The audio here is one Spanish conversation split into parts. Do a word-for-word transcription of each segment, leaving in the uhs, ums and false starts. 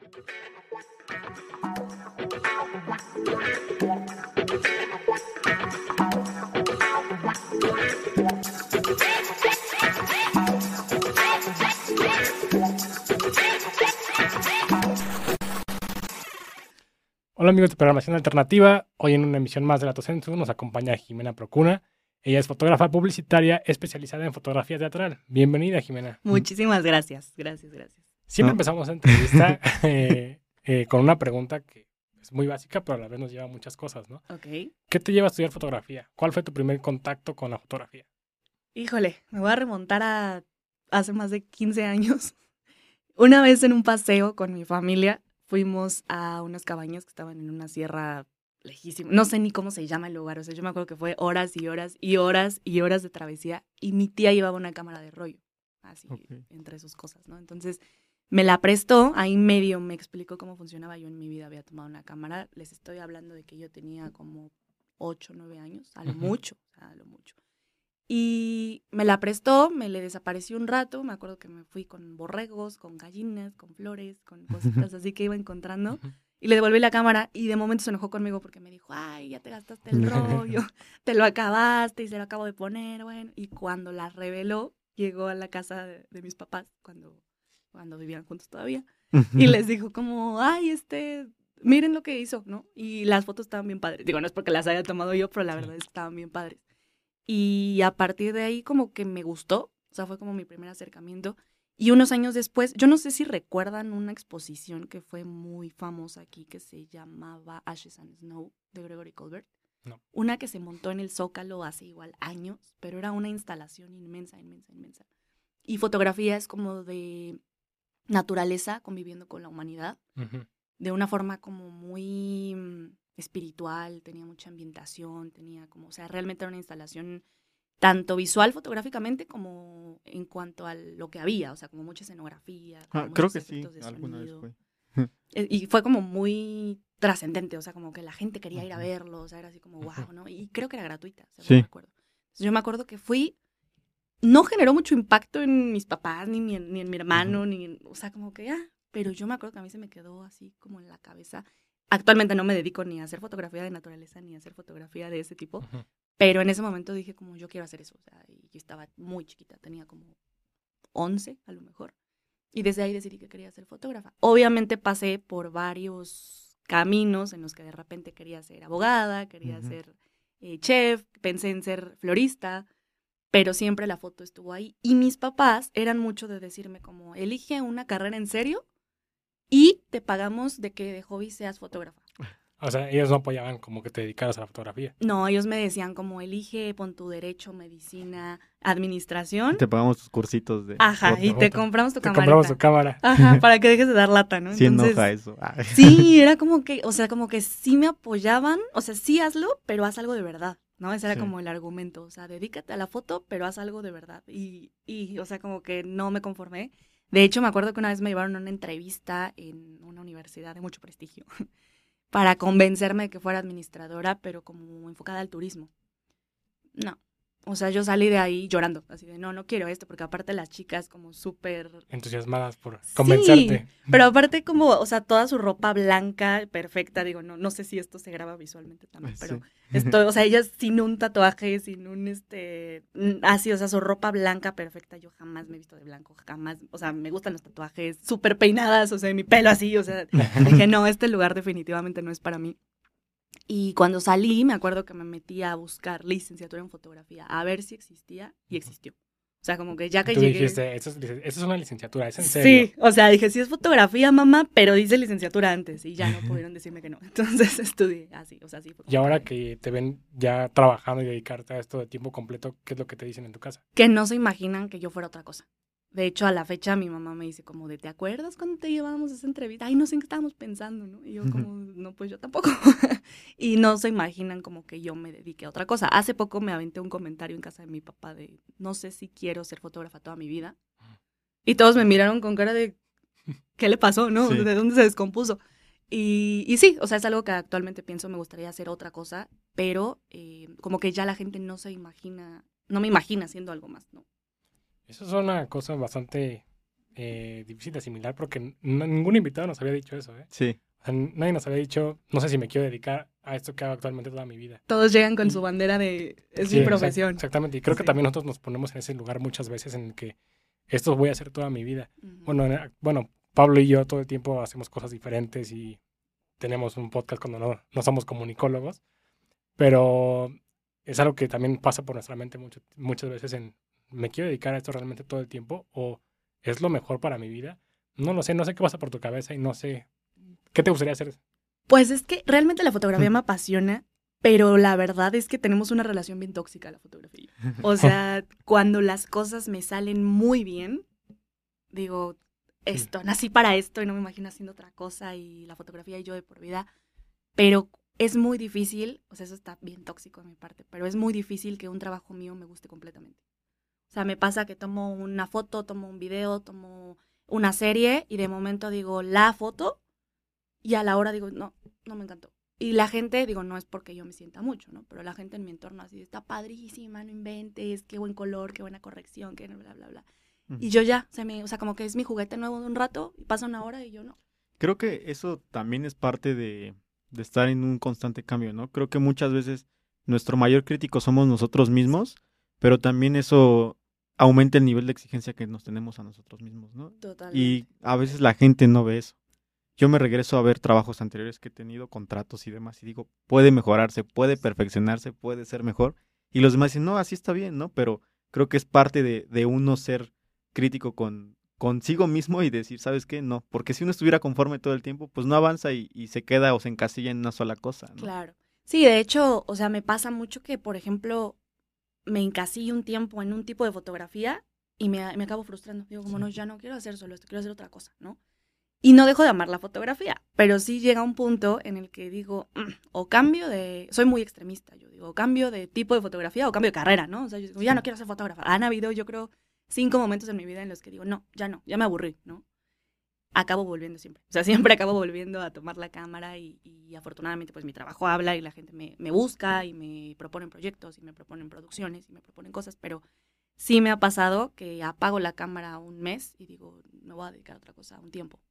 Hola amigos de Programación Alternativa, hoy en una emisión más de La Tosensu nos acompaña Jimena Procuna. Ella es fotógrafa publicitaria especializada en fotografía teatral. Bienvenida, Jimena. Muchísimas gracias, gracias, gracias. Siempre No. empezamos la entrevista eh, eh, con una pregunta que es muy básica, pero a la vez nos lleva a muchas cosas, ¿no? Ok. ¿Qué te lleva a estudiar fotografía? ¿Cuál fue tu primer contacto con la fotografía? Híjole, me voy a remontar a hace más de quince años. Una vez en un paseo con mi familia fuimos a unas cabañas que estaban en una sierra lejísima. No sé ni cómo se llama el lugar. O sea, yo me acuerdo que fue horas y horas y horas y horas de travesía. Y mi tía llevaba una cámara de rollo. Así, Okay. entre sus cosas, ¿no? Entonces, me la prestó. Ahí medio me explicó cómo funcionaba. Yo en mi vida había tomado una cámara. Les estoy hablando de que yo tenía como ocho, nueve años. A lo Ujú. mucho, a lo mucho. Y me la prestó, me le desapareció un rato. Me acuerdo que me fui con borregos, con gallinas, con flores, con cositas así que iba encontrando. Ujú. Y le devolví la cámara y de momento se enojó conmigo porque me dijo, ay, ya te gastaste el rollo, te lo acabaste y se lo acabo de poner, bueno. Y cuando la reveló, llegó a la casa de, de mis papás, cuando, cuando vivían juntos todavía, y les dijo como, ay, este, miren lo que hizo, ¿no? Y las fotos estaban bien padres. Digo, no es porque las haya tomado yo, pero la Sí. verdad es que estaban bien padres. Y a partir de ahí como que me gustó, o sea, fue como mi primer acercamiento. Y unos años después, yo no sé si recuerdan una exposición que fue muy famosa aquí que se llamaba Ashes and Snow de Gregory Colbert. No. Una que se montó en el Zócalo hace igual años, pero era una instalación inmensa, inmensa, inmensa. Y fotografías como de naturaleza conviviendo con la humanidad, Ujú. de una forma como muy mm, espiritual, tenía mucha ambientación, tenía como, o sea, realmente era una instalación tanto visual fotográficamente como en cuanto a lo que había, o sea, como mucha escenografía, como Ah, creo muchos que sí, efectos de alguna vez sonido. fue. Eh, Y fue como muy trascendente, o sea, como que la gente quería ir a Ujú. verlo, o sea, era así como, Ujú. wow, ¿no? Y creo que era gratuita, según Sí. me acuerdo. Entonces, yo me acuerdo que fui, no generó mucho impacto en mis papás, ni, mi- ni en mi hermano, ni en, o sea, como que, ah, pero yo me acuerdo que a mí se me quedó así como en la cabeza. Actualmente no me dedico ni a hacer fotografía de naturaleza, ni a hacer fotografía de ese tipo, Ujú. pero en ese momento dije como, yo quiero hacer eso, o sea, y yo estaba muy chiquita, tenía como once a lo mejor. Y desde ahí decidí que quería ser fotógrafa. Obviamente pasé por varios caminos en los que de repente quería ser abogada, quería Ujú. ser eh, chef, pensé en ser florista, pero siempre la foto estuvo ahí. Y mis papás eran mucho de decirme como, elige una carrera en serio y te pagamos de que de hobby seas fotógrafa. O sea, ellos no apoyaban como que te dedicaras a la fotografía. No, ellos me decían como, elige, pon tu derecho, medicina, administración. Te pagamos tus cursitos de Ajá, foto. y te foto. compramos tu Te camarita. compramos tu cámara. Ajá, para que dejes de dar lata, ¿no? Sí Entonces, enoja eso. Ah. sí, era como que, o sea, como que sí me apoyaban, o sea, sí hazlo, pero haz algo de verdad, ¿no? Ese era Sí. como el argumento, o sea, dedícate a la foto, pero haz algo de verdad. Y, y, o sea, como que no me conformé. De hecho, me acuerdo que una vez me llevaron a una entrevista en una universidad de mucho prestigio para convencerme de que fuera administradora, pero como enfocada al turismo. No. O sea, yo salí de ahí llorando, así de, no, no quiero esto, porque aparte las chicas como súper... Entusiasmadas por Sí, convencerte. pero aparte como, o sea, toda su ropa blanca, perfecta, digo, no, no sé si esto se graba visualmente también, pero Sí. estoy, o sea, ellas sin un tatuaje, sin un, este, mm, así, o sea, su ropa blanca perfecta, yo jamás me he visto de blanco, jamás, o sea, me gustan los tatuajes, súper peinadas, o sea, mi pelo así, o sea, dije, no, este lugar definitivamente no es para mí. Y cuando salí, me acuerdo que me metí a buscar licenciatura en fotografía, a ver si existía, y existió. O sea, como que ya que Tú llegué... dijiste, eso es, lic- eso es una licenciatura, es en serio. Sí, o sea, dije, sí es fotografía, mamá, pero dice licenciatura antes, y ya no pudieron decirme que no. Entonces estudié así, o sea, sí fue como Y ahora que te ven ya trabajando y dedicarte a esto de tiempo completo, ¿qué es lo que te dicen en tu casa? que no se imaginan que yo fuera otra cosa. De hecho, a la fecha mi mamá me dice como de, ¿te acuerdas cuando te llevábamos a esa entrevista? Ay, no sé en qué estábamos pensando, ¿no? Y yo como, no, pues yo tampoco. Y no se imaginan como que yo me dediqué a otra cosa. Hace poco me aventé un comentario en casa de mi papá de, no sé si quiero ser fotógrafa toda mi vida. Y todos me miraron con cara de, ¿qué le pasó, no? Sí. ¿De dónde se descompuso? Y, y sí, o sea, es algo que actualmente pienso, me gustaría hacer otra cosa, pero eh, como que ya la gente no se imagina, no me imagina haciendo algo más, ¿no? Eso es una cosa bastante eh, difícil de asimilar porque n- ningún invitado nos había dicho eso, ¿eh? Sí. O sea, nadie nos había dicho, no sé si me quiero dedicar a esto que hago actualmente toda mi vida. Todos llegan con Y- su bandera de es Sí, mi exact- profesión. exactamente. Y creo que Sí. también nosotros nos ponemos en ese lugar muchas veces en el que esto voy a hacer toda mi vida. Ujú. Bueno, en- bueno, Pablo y yo todo el tiempo hacemos cosas diferentes y tenemos un podcast cuando no, no somos comunicólogos, pero es algo que también pasa por nuestra mente mucho, muchas veces en, ¿me quiero dedicar a esto realmente todo el tiempo? ¿O es lo mejor para mi vida? No lo sé, no sé qué pasa por tu cabeza y no sé, ¿qué te gustaría hacer? Pues es que realmente la fotografía me apasiona, pero la verdad es que tenemos una relación bien tóxica la fotografía y yo. O sea, cuando las cosas me salen muy bien, digo, esto, nací para esto y no me imagino haciendo otra cosa y la fotografía y yo de por vida, pero es muy difícil, o sea, eso está bien tóxico de mi parte, pero es muy difícil que un trabajo mío me guste completamente. O sea, me pasa que tomo una foto, tomo un video, tomo una serie y de momento digo, la foto, y a la hora digo, no, no me encantó. Y la gente, digo, no es porque yo me sienta mucho, ¿no? Pero la gente en mi entorno así, está padrísima, no inventes, qué buen color, qué buena corrección, qué bla, bla, bla. Ujú. Y yo ya, se me, o sea, como que es mi juguete nuevo de un rato, y pasa una hora y yo no. Creo que eso también es parte de, de estar en un constante cambio, ¿no? Creo que muchas veces nuestro mayor crítico somos nosotros mismos, pero también eso aumenta el nivel de exigencia que nos tenemos a nosotros mismos, ¿no? Totalmente. Y a veces la gente no ve eso. Yo me regreso a ver trabajos anteriores que he tenido, contratos y demás, y digo, puede mejorarse, puede perfeccionarse, puede ser mejor. Y los demás dicen, no, así está bien, ¿no? Pero creo que es parte de, de uno ser crítico con consigo mismo y decir, ¿sabes qué? No, porque si uno estuviera conforme todo el tiempo, pues no avanza y, y se queda o se encasilla en una sola cosa, ¿no? Claro. Sí, de hecho, o sea, me pasa mucho que, por ejemplo, me encasillo un tiempo en un tipo de fotografía y me, me acabo frustrando. Digo, como, Sí. no, ya no quiero hacer solo esto, quiero hacer otra cosa, ¿no? Y no dejo de amar la fotografía, pero sí llega un punto en el que digo, mm, o cambio de, soy muy extremista, yo digo, o cambio de tipo de fotografía o cambio de carrera, ¿no? O sea, yo digo, ya no quiero ser fotógrafa. Han habido, yo creo, cinco momentos en mi vida en los que digo, no, ya no, ya me aburrí, ¿no? Acabo volviendo siempre. O sea, siempre acabo volviendo a tomar la cámara y, y afortunadamente pues mi trabajo habla y la gente me, me busca y me proponen proyectos y me proponen producciones y me proponen cosas, pero sí me ha pasado que apago la cámara un mes y digo, me voy a dedicar a otra cosa un tiempo.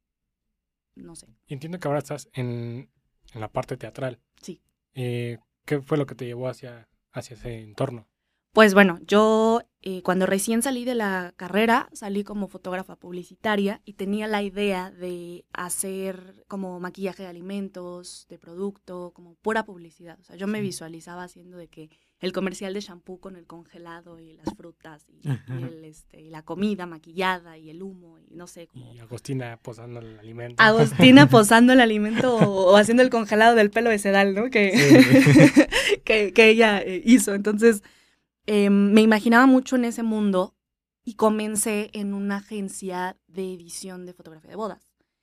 No sé. Y entiendo que ahora estás en, en la parte teatral. Sí. Eh, ¿qué fue lo que te llevó hacia, hacia ese entorno? Pues bueno, yo eh, cuando recién salí de la carrera, salí como fotógrafa publicitaria y tenía la idea de hacer como maquillaje de alimentos, de producto, como pura publicidad. O sea, yo me Sí. visualizaba haciendo de que el comercial de shampoo con el congelado y las frutas y, y el, este, y la comida maquillada y el humo y no sé, como Y Agostina posando el alimento. Agostina posando el alimento o, o haciendo el congelado del pelo de Sedal, ¿no? Que, Sí. que, que ella eh, hizo. Entonces, eh, me imaginaba mucho en ese mundo y comencé en una agencia de edición de fotografía de bodas.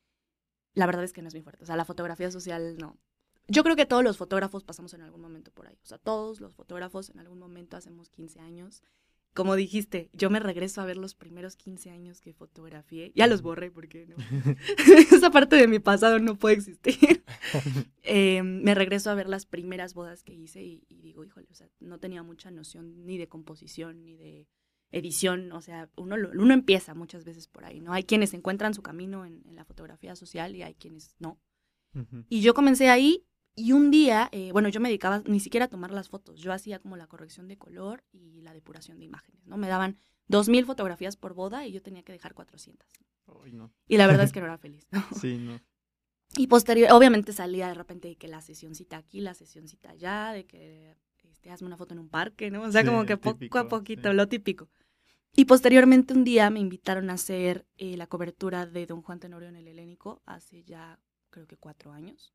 La verdad es que no es muy fuerte. O sea, la fotografía social no. Yo creo que todos los fotógrafos pasamos en algún momento por ahí. O sea, todos los fotógrafos en algún momento hacemos quince años. Como dijiste, yo me regreso a ver los primeros quince años que fotografié. Ya los borré porque no. Esa parte de mi pasado no puede existir. eh, me regreso a ver las primeras bodas que hice y, y digo, híjole, o sea, no tenía mucha noción ni de composición ni de edición. O sea, uno, lo- uno empieza muchas veces por ahí, ¿no? Hay quienes encuentran su camino en, en la fotografía social y hay quienes no. Ujú. Y yo comencé ahí y un día, eh, bueno, yo me dedicaba ni siquiera a tomar las fotos. Yo hacía como la corrección de color y la depuración de imágenes, ¿no? Me daban dos mil fotografías por boda y yo tenía que dejar cuatrocientas. Ay, no. Y la verdad es que no era feliz, ¿no? Sí, no. Y posterior, obviamente salía de repente de que la sesioncita aquí, la sesioncita allá, de que este, hazme una foto en un parque, ¿no? O sea, Sí, como que el poco típico, a poquito, sí. lo típico. Y posteriormente un día me invitaron a hacer eh, la cobertura de Don Juan Tenorio en el Helénico hace ya creo que cuatro años.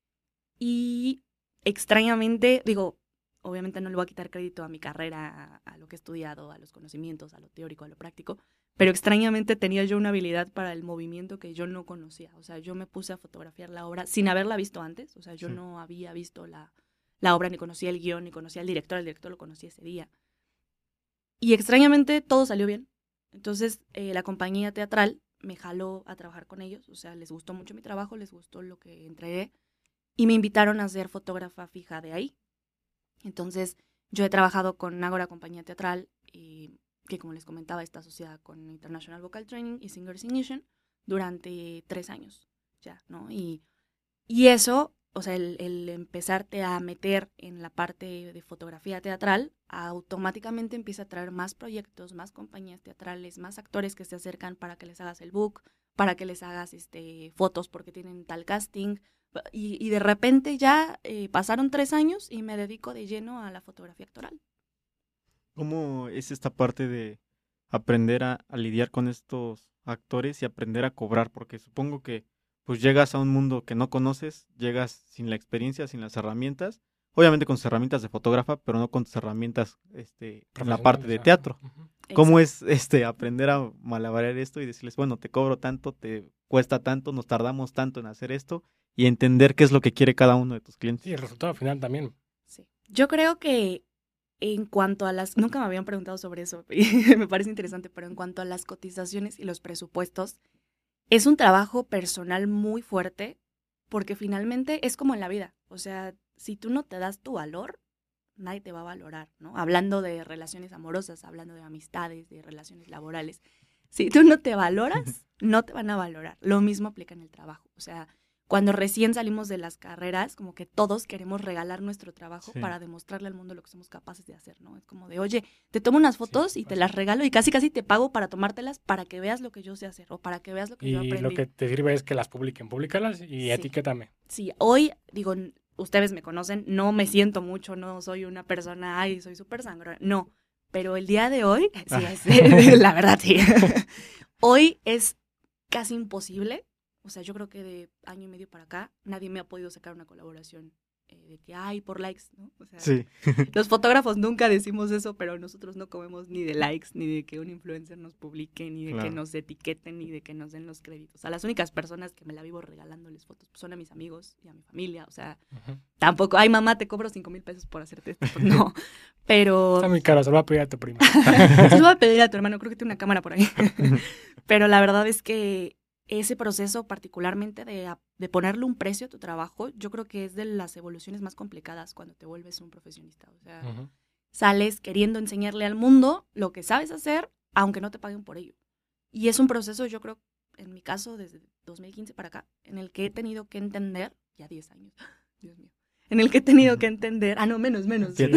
Y extrañamente, digo, obviamente no le voy a quitar crédito a mi carrera, a, a lo que he estudiado, a los conocimientos, a lo teórico, a lo práctico, pero extrañamente tenía yo una habilidad para el movimiento que yo no conocía. O sea, yo me puse a fotografiar la obra sin haberla visto antes. O sea, yo Sí. no había visto la, la obra, ni conocía el guión, ni conocía al director. El director lo conocí ese día. Y extrañamente todo salió bien. Entonces, eh, la compañía teatral me jaló a trabajar con ellos. O sea, les gustó mucho mi trabajo, les gustó lo que entregué. Y me invitaron a ser fotógrafa fija de ahí. Entonces, yo he trabajado con Ágora Compañía Teatral y que como les comentaba, está asociada con International Vocal Training y Singers Ignition durante tres años ya, ¿no? Y, y eso, o sea, el, el empezarte a meter en la parte de fotografía teatral, automáticamente empieza a traer más proyectos, más compañías teatrales, más actores que se acercan para que les hagas el book, para que les hagas este, fotos porque tienen tal casting. Y, y de repente ya eh, pasaron tres años y me dedico de lleno a la fotografía actoral. ¿Cómo es esta parte de aprender a, a lidiar con estos actores y aprender a cobrar? Porque supongo que pues llegas a un mundo que no conoces, llegas sin la experiencia, sin las herramientas, obviamente con tus herramientas de fotógrafa, pero no con tus herramientas este, en la parte de teatro. Uh-huh. ¿Cómo es este aprender a malabarear esto y decirles, bueno, te cobro tanto, te cuesta tanto, nos tardamos tanto en hacer esto y entender qué es lo que quiere cada uno de tus clientes? Sí, el resultado final también. Sí. Yo creo que en cuanto a las, nunca me habían preguntado sobre eso y me parece interesante, pero en cuanto a las cotizaciones y los presupuestos, es un trabajo personal muy fuerte porque finalmente es como en la vida. O sea, si tú no te das tu valor, nadie te va a valorar, ¿no? Hablando de relaciones amorosas, hablando de amistades, de relaciones laborales. Si tú no te valoras, no te van a valorar. Lo mismo aplica en el trabajo. O sea, cuando recién salimos de las carreras, como que todos queremos regalar nuestro trabajo Sí. para demostrarle al mundo lo que somos capaces de hacer, ¿no? Es como de, oye, te tomo unas fotos Sí, y te pasa. las regalo y casi casi te pago para tomártelas para que veas lo que yo sé hacer o para que veas lo que yo Y aprendí. lo que te sirve es que las publiquen, públicalas y Sí. etiquétame. Sí, hoy, digo, n- ustedes me conocen, no me siento mucho, no soy una persona, ay, soy súper sangrona, no. Pero el día de hoy, sí, es, la verdad, sí. Hoy es casi imposible. O sea, yo creo que de año y medio para acá, nadie me ha podido sacar una colaboración eh, de que, ay, por likes, ¿no? O sea, Sí. los fotógrafos nunca decimos eso, pero nosotros no comemos ni de likes, ni de que un influencer nos publique, ni de Claro. que nos etiqueten, ni de que nos den los créditos. O sea, las únicas personas que me la vivo regalándoles fotos pues, son a mis amigos y a mi familia. O sea, Ujú. tampoco, ay, mamá, te cobro cinco mil pesos por hacerte esto. Pues no, pero... Está muy caro, se lo voy a pedir a tu prima. Sí, lo voy a pedir a tu hermano, creo que tiene una cámara por ahí. Pero la verdad es que ese proceso, particularmente de, de ponerle un precio a tu trabajo, yo creo que es de las evoluciones más complicadas cuando te vuelves un profesionista. O sea, Ujú. sales queriendo enseñarle al mundo lo que sabes hacer, aunque no te paguen por ello. Y es un proceso, yo creo, en mi caso, desde dos mil quince para acá, en el que he tenido que entender, ya diez años, Dios mío, en el que he tenido que entender, ah, no, menos, menos. Sí.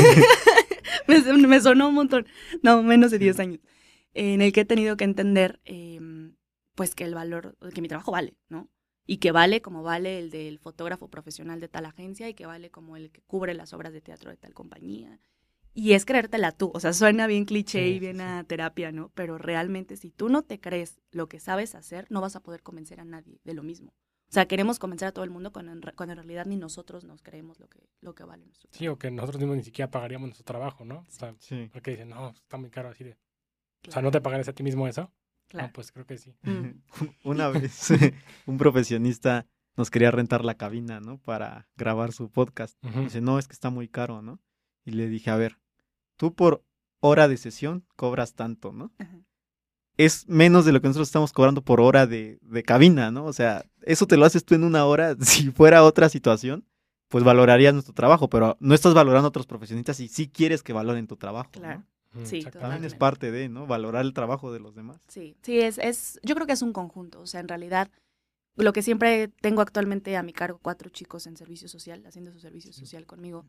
me, me sonó un montón, no, menos de diez años, en el que he tenido que entender, eh, pues que el valor, que mi trabajo vale, ¿no? Y que vale como vale el del fotógrafo profesional de tal agencia y que vale como el que cubre las obras de teatro de tal compañía. Y es creértela tú, o sea, suena bien cliché Sí, y sí, bien sí. a terapia, ¿no? Pero realmente si tú no te crees lo que sabes hacer, no vas a poder convencer a nadie de lo mismo. O sea, queremos convencer a todo el mundo cuando en, re- cuando en realidad ni nosotros nos creemos lo que, lo que vale nuestro Sí, o que nosotros mismos ni siquiera pagaríamos nuestro trabajo, ¿no? O sea, Sí. porque dicen, no, está muy caro así de... trabajo. O sea, ¿no te pagarías a ti mismo eso? Claro. No, pues creo que sí. Mm. Una vez un profesionista nos quería rentar la cabina, ¿no? Para grabar su podcast. Ujú. Dice, no, es que está muy caro, ¿no? Y le dije, a ver, tú por hora de sesión cobras tanto, ¿no? Ajá. Es menos de lo que nosotros estamos cobrando por hora de, de cabina, ¿no? O sea, eso te lo haces tú en una hora. Si fuera otra situación, pues valorarías nuestro trabajo, pero no estás valorando a otros profesionistas y sí quieres que valoren tu trabajo, ¿no? Claro. Ujú, Sí, exactamente. También es Totalmente. parte de, ¿no? Valorar el trabajo de los demás. Sí, sí, es, es, yo creo que es un conjunto. O sea, en realidad, lo que siempre tengo actualmente a mi cargo, cuatro chicos en servicio social, haciendo su servicio Sí. social conmigo.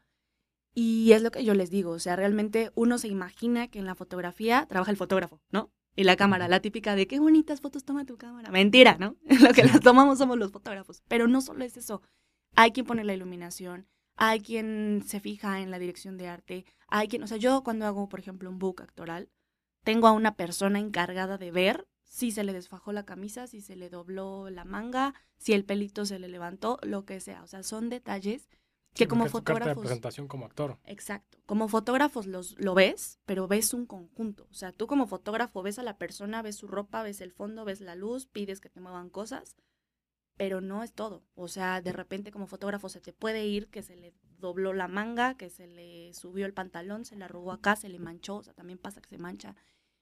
Y es lo que yo les digo, o sea, realmente uno se imagina que en la fotografía trabaja el fotógrafo, ¿no? Y la cámara, Ujú. la típica de qué bonitas fotos toma tu cámara. Mentira, ¿no? Lo que las tomamos somos los fotógrafos. Pero no solo es eso. Hay quien pone la iluminación, hay quien se fija en la dirección de arte, hay quien, o sea, yo cuando hago, por ejemplo, un book actoral, tengo a una persona encargada de ver si se le desfajó la camisa, si se le dobló la manga, si el pelito se le levantó, lo que sea. O sea, son detalles que Sí, como porque es tu carta de fotógrafos... presentación como actor. Exacto. Como fotógrafos los, lo ves, pero ves un conjunto. O sea, tú como fotógrafo ves a la persona, ves su ropa, ves el fondo, ves la luz, pides que te muevan cosas, pero no es todo. O sea, de repente como fotógrafo se te puede ir que se le dobló la manga, que se le subió el pantalón, se le arrugó acá, se le manchó, o sea, también pasa que se mancha.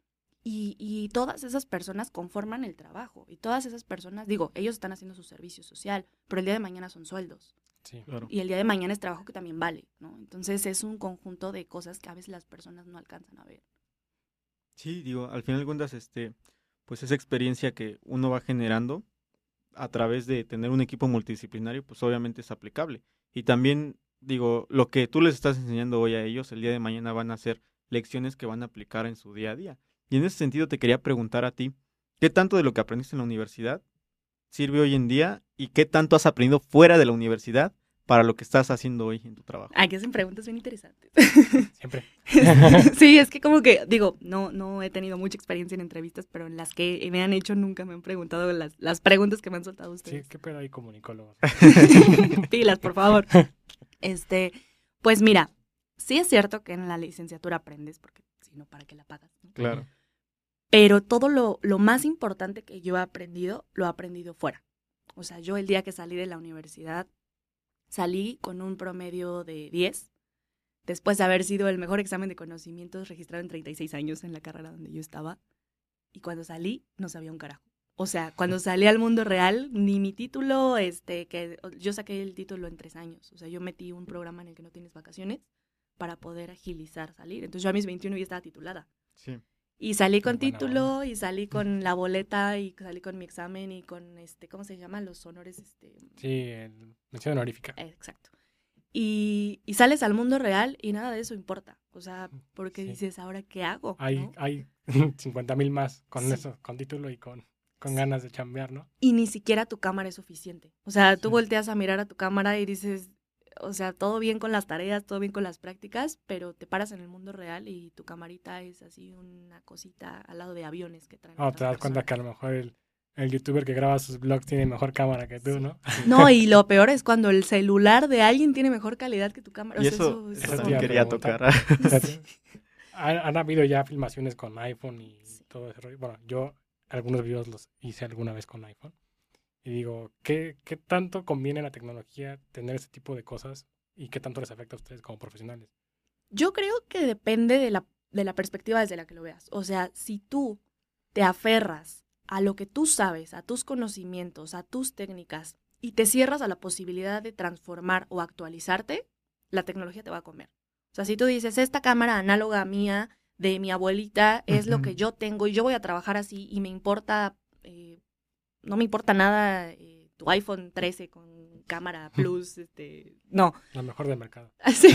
Y, y todas esas personas conforman el trabajo. Y todas esas personas, digo, ellos están haciendo su servicio social, pero el día de mañana son sueldos. Sí. Claro. Y el día de mañana es trabajo que también vale, ¿no? Entonces es un conjunto de cosas que a veces las personas no alcanzan a ver. Sí, digo, al final de cuentas, este, pues esa experiencia que uno va generando a través de tener un equipo multidisciplinario, pues obviamente es aplicable. Y también, digo, lo que tú les estás enseñando hoy a ellos, el día de mañana van a ser lecciones que van a aplicar en su día a día. Y en ese sentido te quería preguntar a ti, ¿qué tanto de lo que aprendiste en la universidad sirve hoy en día y qué tanto has aprendido fuera de la universidad para lo que estás haciendo hoy en tu trabajo? Aquí hacen preguntas bien interesantes. Siempre. Sí, es que como que, digo, no, no he tenido mucha experiencia en entrevistas, pero en las que me han hecho nunca me han preguntado las, las preguntas que me han soltado Sí, ustedes. qué pedo hay comunicólogos. Pilas, por favor. Este, pues mira, sí es cierto que en la licenciatura aprendes, porque si no, ¿para qué la pagas? ¿no? Claro. Pero todo lo, lo más importante que yo he aprendido, lo he aprendido fuera. O sea, yo el día que salí de la universidad, salí con un promedio de diez, después de haber sido el mejor examen de conocimientos registrado en treinta y seis años en la carrera donde yo estaba. Y cuando salí, no sabía un carajo. O sea, cuando salí al mundo real, ni mi título, este, que yo saqué el título en tres años. O sea, yo metí un programa en el que no tienes vacaciones para poder agilizar salir. Entonces yo a mis veintiuno ya estaba titulada. Sí. Y salí con Qué buena título, onda. y salí con la boleta, y salí con mi examen, y con, este, ¿cómo se llama? Los honores, este... Sí, el- mención honorífica. eh, exacto. Y, y sales al mundo real y nada de eso importa. O sea, porque Sí. dices, ¿ahora qué hago? Hay, ¿no? hay cincuenta mil más con Sí. eso, con título y con, con Sí. ganas de chambear, ¿no? Y ni siquiera tu cámara es suficiente. O sea, tú Sí. volteas a mirar a tu cámara y dices, o sea, todo bien con las tareas, todo bien con las prácticas, pero te paras en el mundo real y tu camarita es así una cosita al lado de aviones que traen. No, otras te das cuenta personas. que a lo mejor el, el youtuber que graba sus vlogs tiene mejor cámara que tú, Sí. ¿no? No, y lo peor es cuando el celular de alguien tiene mejor calidad que tu cámara. O Y sea, eso, eso, eso eso te también iba a quería preguntar. tocar. O sea, Sí. han, han habido ya filmaciones con iPhone y Sí. todo ese rollo. Bueno, yo algunos videos los hice alguna vez con iPhone. Y digo, ¿qué, qué tanto conviene a la tecnología tener ese tipo de cosas y qué tanto les afecta a ustedes como profesionales? Yo creo que depende de la, de la perspectiva desde la que lo veas. O sea, si tú te aferras a lo que tú sabes, a tus conocimientos, a tus técnicas, y te cierras a la posibilidad de transformar o actualizarte, la tecnología te va a comer. O sea, si tú dices, esta cámara análoga mía, de mi abuelita, es lo que Ujú. yo tengo y yo voy a trabajar así y me importa, eh, no me importa nada eh, tu iPhone trece con cámara plus, este, no. Lo mejor del mercado. Así.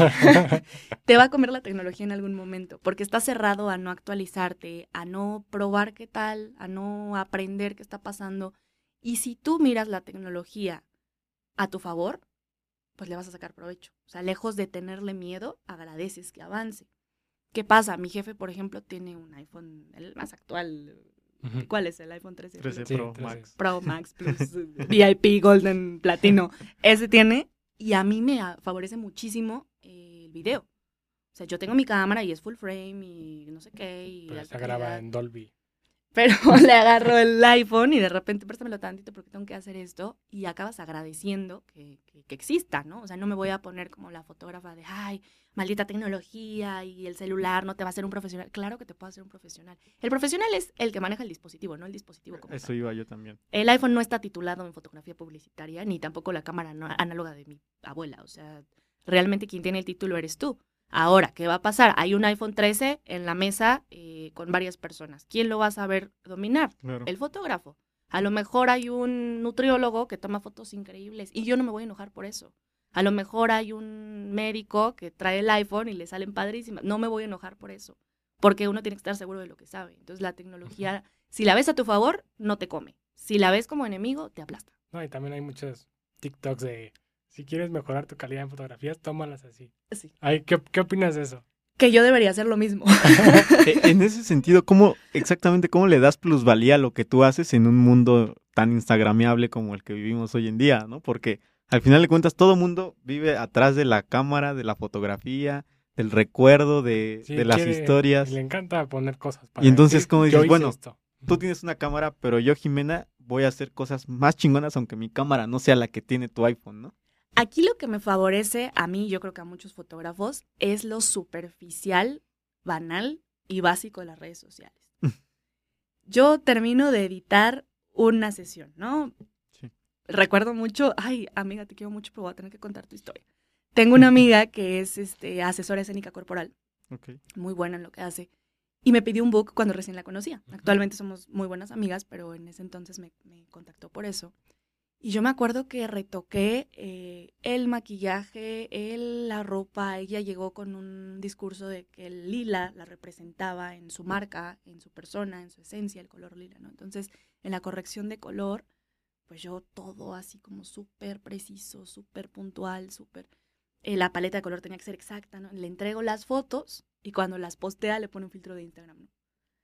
Te va a comer la tecnología en algún momento, porque estás cerrado a no actualizarte, a no probar qué tal, a no aprender qué está pasando. Y si tú miras la tecnología a tu favor, pues le vas a sacar provecho. O sea, lejos de tenerle miedo, agradeces que avance. ¿Qué pasa? Mi jefe, por ejemplo, tiene un iPhone, el más actual. Ujú. ¿Cuál es? El iPhone trece. trece Sí, Pro trece. Max. Pro Max Plus, V I P, Golden, Platino. Ese tiene, y a mí me a- favorece muchísimo eh, el video. O sea, yo tengo mi cámara y es full frame y no sé qué, y Pero alta se graba calidad. en Dolby. Pero le agarro el iPhone y de repente préstamelo tantito porque tengo que hacer esto, y acabas agradeciendo que, que, que exista, ¿no? O sea, no me voy a poner como la fotógrafa de, ay, maldita tecnología y el celular no te va a hacer un profesional. Claro que te puede hacer un profesional. El profesional es el que maneja el dispositivo, no el dispositivo como Eso tal. iba yo también. El iPhone no está titulado en fotografía publicitaria, ni tampoco la cámara no- análoga de mi abuela. O sea, realmente quien tiene el título eres tú. Ahora, ¿qué va a pasar? Hay un iPhone trece en la mesa eh, con varias personas. ¿Quién lo va a saber dominar? Claro. El fotógrafo. A lo mejor hay un nutriólogo que toma fotos increíbles y yo no me voy a enojar por eso. A lo mejor hay un médico que trae el iPhone y le salen padrísimas. No me voy a enojar por eso, porque uno tiene que estar seguro de lo que sabe. Entonces la tecnología, si la ves a tu favor, no te come. Si la ves como enemigo, te aplasta. No, y también hay muchos TikToks de, si quieres mejorar tu calidad en fotografías, tómalas así. Sí. Ay, ¿qué, qué opinas de eso? Que yo debería hacer lo mismo. E- En ese sentido, ¿cómo exactamente cómo le das plusvalía a lo que tú haces en un mundo tan instagramiable como el que vivimos hoy en día, ¿no? Porque al final de cuentas todo mundo vive atrás de la cámara, de la fotografía, del recuerdo, de, Sí, de las quiere- historias. Le encanta poner cosas para Y entonces, decir, ¿cómo yo dices? hice Bueno, esto. Tú tienes una cámara, pero yo, Jimena, voy a hacer cosas más chingonas aunque mi cámara no sea la que tiene tu iPhone, ¿no? Aquí lo que me favorece a mí, yo creo que a muchos fotógrafos, es lo superficial, banal y básico de las redes sociales. Yo termino de editar una sesión, ¿no? Sí. Recuerdo mucho, ay, amiga, te quiero mucho, pero voy a tener que contar tu historia. Tengo una amiga que es este, asesora escénica corporal, Ok. muy buena en lo que hace, Y me pidió un book cuando recién la conocía. Actualmente somos muy buenas amigas, pero en ese entonces me, me contactó por eso. Y yo me acuerdo que retoqué eh, el maquillaje, el, la ropa. Ella llegó con un discurso de que el lila la representaba en su marca, en su persona, en su esencia, el color lila, ¿no? Entonces, en la corrección de color, pues yo todo así como súper preciso, súper puntual, súper... Eh, la paleta de color tenía que ser exacta, ¿no? Le entrego las fotos y cuando las postea le pone un filtro de Instagram, ¿no?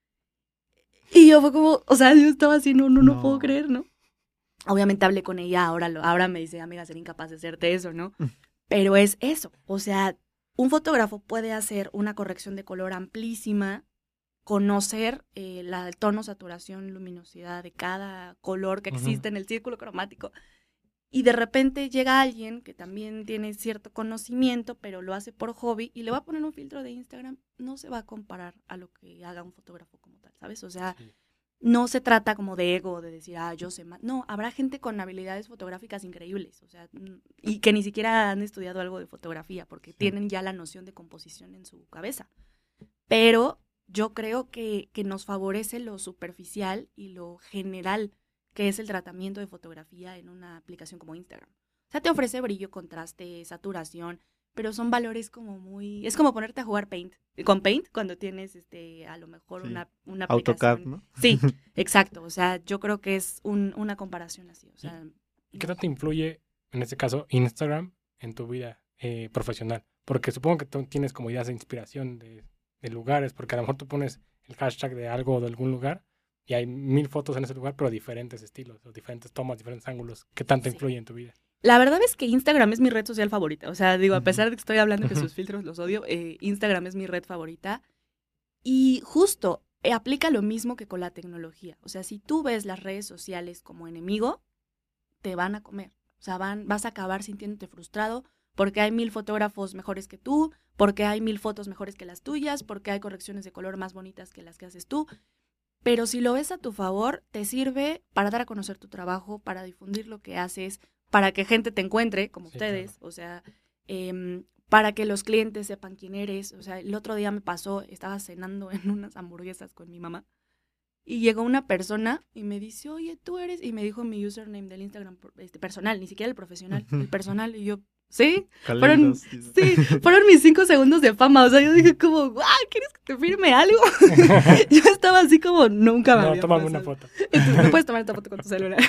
Y yo fue como, o sea, yo estaba así, no, no, no, no. puedo creer, ¿no? Obviamente hablé con ella, ahora, lo, ahora me dice, amiga, ser incapaz de hacerte eso, ¿no? Pero es eso, o sea, un fotógrafo puede hacer una corrección de color amplísima, conocer eh, la, el tono, saturación, luminosidad de cada color que existe uh-huh. en el círculo cromático, y de repente llega alguien que también tiene cierto conocimiento, pero lo hace por hobby, y le va a poner un filtro de Instagram, no se va a comparar a lo que haga un fotógrafo como tal, ¿sabes? O sea... Sí. No se trata como de ego, de decir, ah, yo sé más. No, habrá gente con habilidades fotográficas increíbles, o sea, y que ni siquiera han estudiado algo de fotografía, porque sí. tienen ya la noción de composición en su cabeza. Pero yo creo que, que nos favorece lo superficial y lo general, que es el tratamiento de fotografía en una aplicación como Instagram. O sea, te ofrece brillo, contraste, saturación, pero son valores como muy... Es como ponerte a jugar Paint, con Paint cuando tienes este a lo mejor sí. una, una aplicación. AutoCAD, ¿no? Sí, exacto. O sea, yo creo que es un, una comparación así. O sea, ¿y qué tanto influye, en este caso, Instagram en tu vida eh, profesional? Porque supongo que tú tienes como ideas de inspiración de, de lugares, porque a lo mejor tú pones el hashtag de algo o de algún lugar y hay mil fotos en ese lugar, pero diferentes estilos, o diferentes tomas, diferentes ángulos. ¿Qué tanto sí. influye en tu vida? La verdad es que Instagram es mi red social favorita. O sea, digo, a pesar de que estoy hablando que sus filtros los odio, eh, Instagram es mi red favorita. Y justo, eh, aplica lo mismo que con la tecnología. O sea, si tú ves las redes sociales como enemigo, te van a comer. O sea, van, vas a acabar sintiéndote frustrado porque hay mil fotógrafos mejores que tú, porque hay mil fotos mejores que las tuyas, porque hay correcciones de color más bonitas que las que haces tú. Pero si lo ves a tu favor, te sirve para dar a conocer tu trabajo, para difundir lo que haces, para que gente te encuentre, como sí, ustedes, claro. o sea, eh, para que los clientes sepan quién eres. O sea, el otro día me pasó, estaba cenando en unas hamburguesas con mi mamá y llegó una persona y me dice, oye, tú eres, y me dijo mi username del Instagram este, personal, ni siquiera el profesional, el personal, y yo, ¿sí? Fueron, sí, fueron mis cinco segundos de fama, o sea, yo dije como, ¡ah, ¿quieres que te firme algo? Yo estaba así como, nunca me No, había tómame una foto. Entonces, no puedes tomar esta foto con tu celular.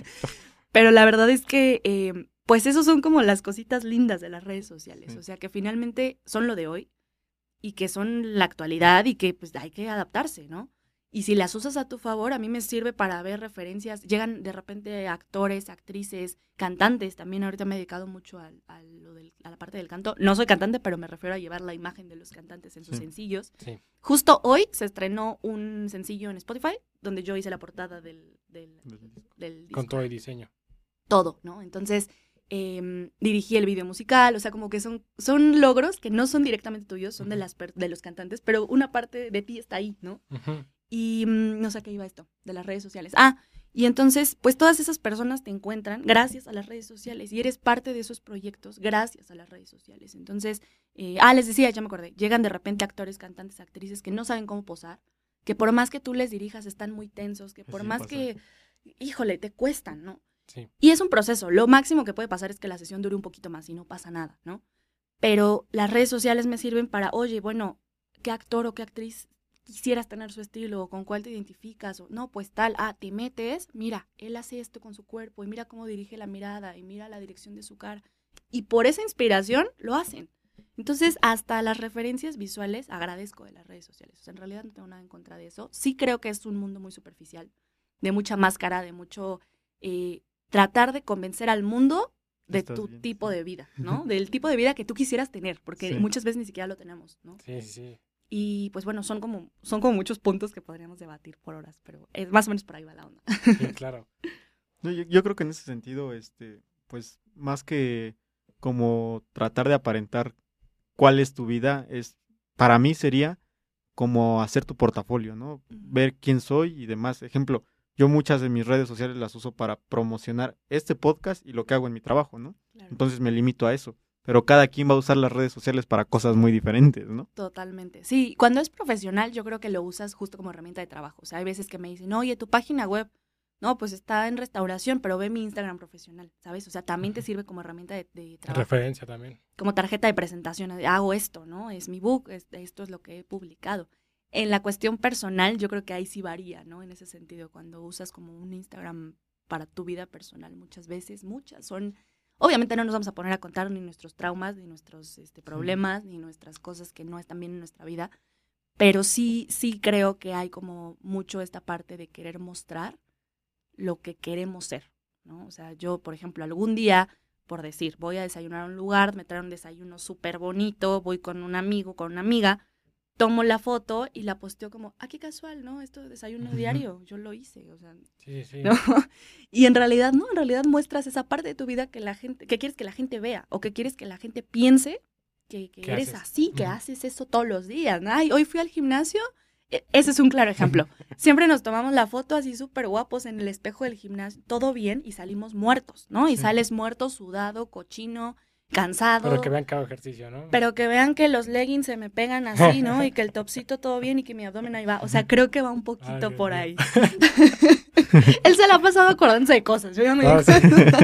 Pero la verdad es que, eh, pues, esos son como las cositas lindas de las redes sociales. Sí. O sea, que finalmente son lo de hoy y que son la actualidad y que, pues, hay que adaptarse, ¿no? Y si las usas a tu favor, a mí me sirve para ver referencias. Llegan de repente actores, actrices, cantantes. También ahorita me he dedicado mucho a, a, lo del, a la parte del canto. No soy cantante, pero me refiero a llevar la imagen de los cantantes en sus sí. sencillos. Sí. Justo hoy se estrenó un sencillo en Spotify donde yo hice la portada del, del, del disco. Con todo el diseño. Todo, ¿no? Entonces, eh, dirigí el video musical, o sea, como que son, son logros que no son directamente tuyos, son uh-huh. de, las per- de los cantantes, pero una parte de ti está ahí, ¿no? Uh-huh. Y mmm, no sé a qué iba esto, de las redes sociales. Ah, y entonces, pues todas esas personas te encuentran gracias a las redes sociales y eres parte de esos proyectos gracias a las redes sociales. Entonces, eh, ah, les decía, ya me acordé, llegan de repente actores, cantantes, actrices que no saben cómo posar, que por más que tú les dirijas están muy tensos, que por sí, más pasa. que, híjole, te cuestan, ¿no? Sí. Y es un proceso. Lo máximo que puede pasar es que la sesión dure un poquito más y no pasa nada, ¿no? Pero las redes sociales me sirven para, oye, bueno, ¿qué actor o qué actriz quisieras tener su estilo? ¿O con cuál te identificas? O, no, pues tal, ah, te metes, mira, él hace esto con su cuerpo y mira cómo dirige la mirada y mira la dirección de su cara. Y por esa inspiración lo hacen. Entonces, hasta las referencias visuales agradezco de las redes sociales. O sea, en realidad no tengo nada en contra de eso. Sí creo que es un mundo muy superficial, de mucha máscara, de mucho... Eh, tratar de convencer al mundo de Estás tu bien. tipo de vida, ¿no? Del tipo de vida que tú quisieras tener, porque sí. muchas veces ni siquiera lo tenemos, ¿no? Sí, sí. Y pues bueno, son como, son como muchos puntos que podríamos debatir por horas, pero es más o menos por ahí va la onda. Sí, claro. Yo, yo creo que en ese sentido, este, pues más que como tratar de aparentar cuál es tu vida, es para mí sería como hacer tu portafolio, ¿no? Uh-huh. Ver quién soy y demás. Ejemplo, yo muchas de mis redes sociales las uso para promocionar este podcast y lo que hago en mi trabajo, ¿no? Claro. Entonces me limito a eso. pero cada quien va a usar las redes sociales para cosas muy diferentes, ¿no? Totalmente. Sí, cuando es profesional yo creo que lo usas justo como herramienta de trabajo. O sea, hay veces que me dicen, oye, tu página web, no, pues está en restauración, pero ve mi Instagram profesional, ¿sabes? O sea, también te sirve como herramienta de, de trabajo. Referencia también. Como tarjeta de presentación, hago esto, ¿no? Es mi book, es, esto es lo que he publicado. En la cuestión personal, yo creo que ahí sí varía, ¿no? En ese sentido, cuando usas como un Instagram para tu vida personal, muchas veces, muchas son... Obviamente no nos vamos a poner a contar ni nuestros traumas, ni nuestros este, problemas, sí. ni nuestras cosas que no están bien en nuestra vida, pero sí, sí creo que hay como mucho esta parte de querer mostrar lo que queremos ser, ¿no? O sea, yo, por ejemplo, algún día, por decir, voy a desayunar a un lugar, me traen un desayuno súper bonito, voy con un amigo, con una amiga, tomo la foto y la posteo como, ah, qué casual, ¿no? Esto de desayuno uh-huh. diario, yo lo hice, o sea, sí, sí. ¿no? Y en realidad, no, en realidad muestras esa parte de tu vida que la gente, que quieres que la gente vea, o que quieres que la gente piense que, que eres haces? así, que uh-huh. haces eso todos los días, ¿no? Ay, hoy fui al gimnasio. Ese es un claro ejemplo. Siempre nos tomamos la foto así súper guapos en el espejo del gimnasio, todo bien, y salimos muertos, ¿no? Y sí. sales muerto, sudado, cochino, cansado. Pero que vean que hago ejercicio, ¿no? Pero que vean que los leggings se me pegan así, ¿no? Y que el topsito todo bien y que mi abdomen ahí va. O sea, creo que va un poquito Ay, por ahí. Él se la ha pasado acordándose de cosas. Yo ya me digo. Sí.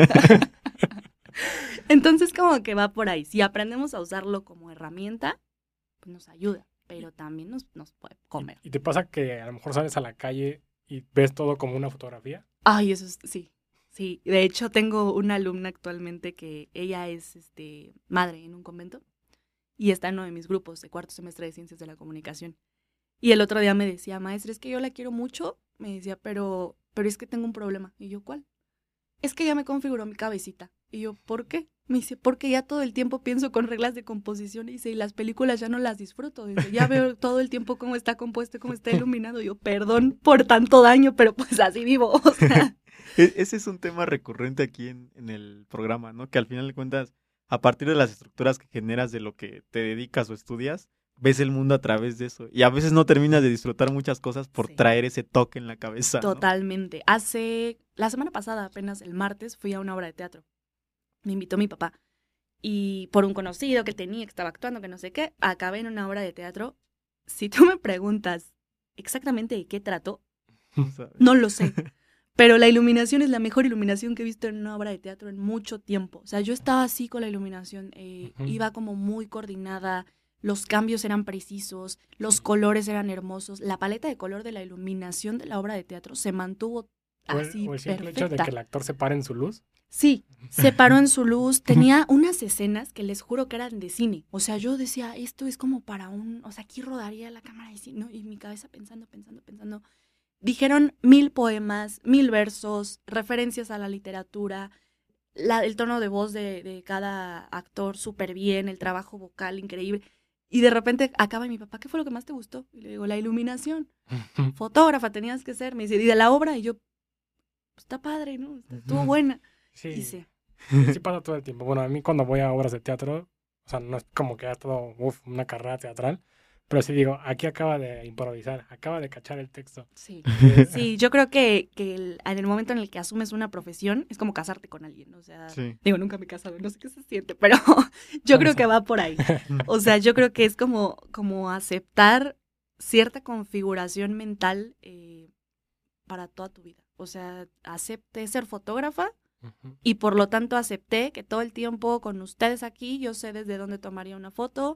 Entonces, como que va por ahí. Si aprendemos a usarlo como herramienta, pues nos ayuda. Pero también nos, nos puede comer. ¿Y te pasa que a lo mejor sales a la calle y ves todo como una fotografía? Ay, eso es, sí, sí. De hecho, tengo una alumna actualmente que ella es este, madre en un convento y está en uno de mis grupos de cuarto semestre de Ciencias de la Comunicación. Y el otro día me decía, maestra, es que yo la quiero mucho. Me decía, pero, pero es que tengo un problema. Y yo, ¿cuál? Es que ya me configuró mi cabecita. Y yo, ¿por qué? Me dice, porque ya todo el tiempo pienso con reglas de composición. Y dice, y las películas ya no las disfruto. Dice, ya veo todo el tiempo cómo está compuesto, cómo está iluminado. Y yo, perdón por tanto daño, pero pues así vivo. O sea. Ese es un tema recurrente aquí en, en el programa, ¿no? Que al final de cuentas, a partir de las estructuras que generas de lo que te dedicas o estudias, ves el mundo a través de eso. Y a veces no terminas de disfrutar muchas cosas por sí. traer ese toque en la cabeza, Totalmente. ¿No? Hace, la semana pasada, apenas el martes, fui a una obra de teatro. Me invitó mi papá. Y por un conocido que tenía, que estaba actuando, que no sé qué, acabé en una obra de teatro. Si tú me preguntas exactamente de qué trato, no lo sé. Pero la iluminación es la mejor iluminación que he visto en una obra de teatro en mucho tiempo. O sea, yo estaba así con la iluminación. Eh, uh-huh. Iba como muy coordinada. Los cambios eran precisos. Los colores eran hermosos. La paleta de color de la iluminación de la obra de teatro se mantuvo así o el, o el simple perfecta. hecho de que el actor se pare en su luz. Sí, se paró en su luz, tenía unas escenas que les juro que eran de cine, o sea, yo decía, esto es como para un, o sea, aquí rodaría la cámara de cine, ¿no? Y mi cabeza pensando, pensando, pensando, dijeron mil poemas, mil versos, referencias a la literatura, la, el tono de voz de, de cada actor súper bien, el trabajo vocal increíble, y de repente acaba y mi papá, ¿qué fue lo que más te gustó? Y le digo, la iluminación, fotógrafa tenías que ser, me dice, y de la obra, y yo, pues está padre, ¿no? Estuvo buena. Sí, sí. sí pasa todo el tiempo. Bueno, a mí cuando voy a obras de teatro, o sea, no es como que haya todo, uf, una carrera teatral, pero sí digo, aquí acaba de improvisar, acaba de cachar el texto. Sí, sí, yo creo que, que el, en el momento en el que asumes una profesión, es como casarte con alguien, o sea, sí. digo, nunca me he casado, no sé qué se siente, pero yo creo que va por ahí. O sea, yo creo que es como, como aceptar cierta configuración mental eh, para toda tu vida. O sea, acepté ser fotógrafa, y por lo tanto acepté que todo el tiempo con ustedes aquí yo sé desde dónde tomaría una foto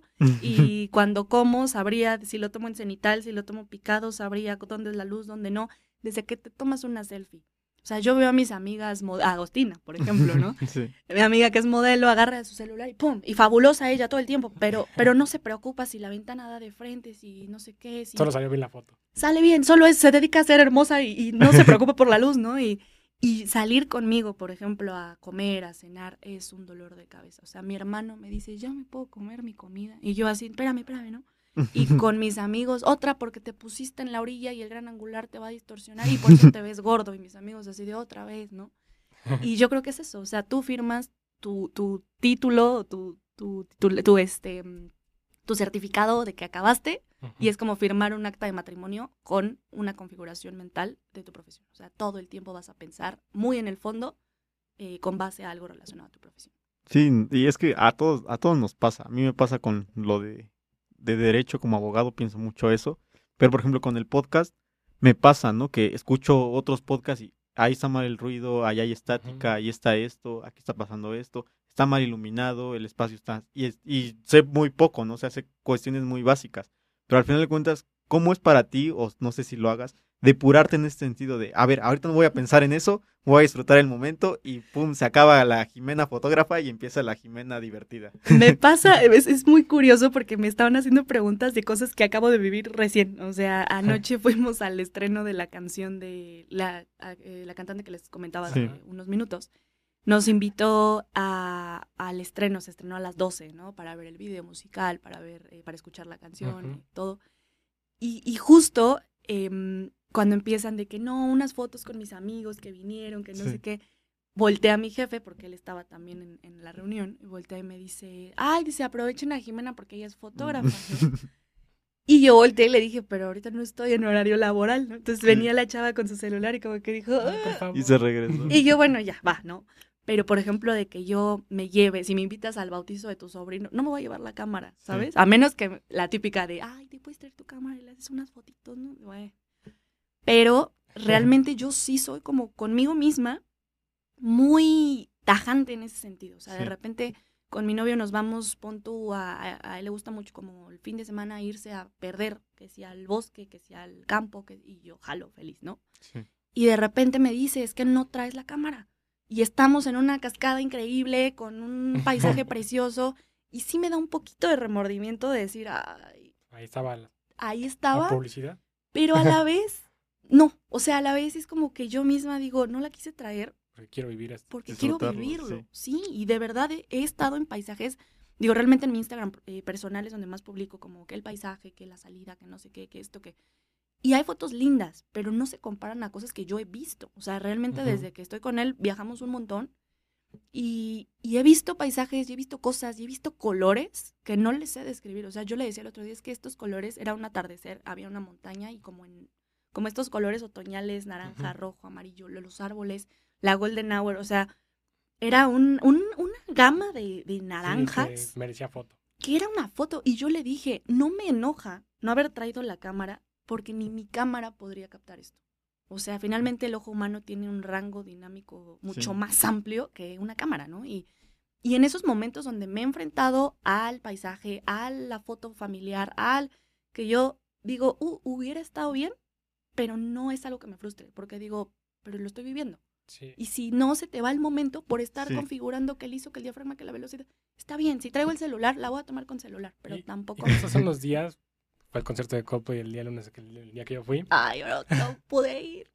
y cuando como sabría si lo tomo en cenital, si lo tomo picado, sabría dónde es la luz, dónde no, desde que te tomas una selfie. O sea, yo veo a mis amigas, a Agostina, por ejemplo, ¿no? Sí. Mi amiga que es modelo agarra su celular y ¡pum! Y fabulosa ella todo el tiempo, pero, pero no se preocupa si la ventana da de frente, si no sé qué. Si... Solo salió bien la foto. Sale bien, solo es, se dedica a ser hermosa y, y no se preocupa por la luz, ¿no? Y Y salir conmigo, por ejemplo, a comer, a cenar, es un dolor de cabeza. O sea, mi hermano me dice, ¿ya me puedo comer mi comida? Y yo así, espérame, espérame, ¿no? Y con mis amigos, otra porque te pusiste en la orilla y el gran angular te va a distorsionar y por eso te ves gordo. Y mis amigos así de otra vez, ¿no? Y yo creo que es eso. O sea, tú firmas tu, tu título, tu, tu, tu, tu, este, tu certificado de que acabaste. Uh-huh. Y es como firmar un acta de matrimonio con una configuración mental de tu profesión. O sea, todo el tiempo vas a pensar muy en el fondo eh, con base a algo relacionado a tu profesión. Sí, y es que a todos, a todos nos pasa. A mí me pasa con lo de, de derecho como abogado, pienso mucho eso. Pero, por ejemplo, con el podcast, me pasa, ¿no? Que escucho otros podcasts y ahí está mal el ruido, ahí hay estática, Ujú. ahí está esto, aquí está pasando esto, está mal iluminado, el espacio está... Y, es- y sé muy poco, ¿no? O sea, sé cuestiones muy básicas. Pero al final de cuentas, ¿cómo es para ti, o no sé si lo hagas, depurarte en este sentido de, a ver, ahorita no voy a pensar en eso, voy a disfrutar el momento y pum, se acaba la Jimena fotógrafa y empieza la Jimena divertida? Me pasa, es, es muy curioso porque me estaban haciendo preguntas de cosas que acabo de vivir recién. O sea, anoche fuimos al estreno de la canción de la, a- eh, la cantante que les comentaba hace Sí. unos minutos. Nos invitó a, al estreno, se estrenó a las doce, ¿no? Para ver el video musical, para ver, eh, para escuchar la canción, Ujú. y todo. Y, y justo em, cuando empiezan de que no, unas fotos con mis amigos que vinieron, que no Sí. sé qué, volteé a mi jefe porque él estaba también en, en la reunión, y voltea y me dice, ay, dice, aprovechen a Jimena porque ella es fotógrafa, ¿no? Y yo volteé y le dije, pero ahorita no estoy en horario laboral, ¿no? Entonces Sí. venía la chava con su celular y como que dijo, Ay, por "Ah". favor. Y se regresó. Y yo, bueno, ya, va, ¿no? Pero, por ejemplo, de que yo me lleve, si me invitas al bautizo de tu sobrino, no me voy a llevar la cámara, ¿sabes? Sí. A menos que la típica de, ay, te puedes traer tu cámara y le haces unas fotitos, ¿no? Güey. Pero realmente yo sí soy como conmigo misma muy tajante en ese sentido. O sea, de Sí. repente con mi novio nos vamos, pon tú, a, a, a él le gusta mucho como el fin de semana irse a perder, que sea al bosque, que sea al campo, que, y yo jalo feliz, ¿no? Sí. Y de repente me dice, es que no traes la cámara. Y estamos en una cascada increíble, con un paisaje precioso, y sí me da un poquito de remordimiento de decir, ay, Ahí estaba la, ahí la estaba, publicidad. pero a la vez, no. O sea, a la vez es como que yo misma digo, no la quise traer Porque quiero vivir esto. porque quiero Disfrutarlo, vivirlo. sí. Sí, y de verdad he, he estado en paisajes, digo, realmente en mi Instagram eh, personal es donde más publico como que el paisaje, que la salida, que no sé qué, que esto, que... Y hay fotos lindas, pero no se comparan a cosas que yo he visto. O sea, realmente Ujú. desde que estoy con él viajamos un montón y, y he visto paisajes, y he visto cosas, y he visto colores que no les sé describir. O sea, yo le decía el otro día, es que estos colores, era un atardecer, había una montaña y como en como estos colores otoñales, naranja, Ujú. rojo, amarillo, lo- los árboles, la golden hour, o sea, era un, un- una gama de, de Sí, naranjas que merecía foto. que era una foto. Y yo le dije, no me enoja no haber traído la cámara porque ni mi cámara podría captar esto. O sea, finalmente el ojo humano tiene un rango dinámico mucho Sí. más amplio que una cámara, ¿no? Y, y en esos momentos donde me he enfrentado al paisaje, a la foto familiar, al que yo digo, uh, hubiera estado bien, pero no es algo que me frustre, porque digo, pero lo estoy viviendo. Sí. Y si no se te va el momento por estar Sí. configurando que el ISO, que el diafragma, que la velocidad, está bien. Si traigo el celular, la voy a tomar con celular, pero Y- tampoco. Y justo hace unos días fue el concierto de Coldplay el día lunes, que- el día que yo fui. Ay, no, no pude ir.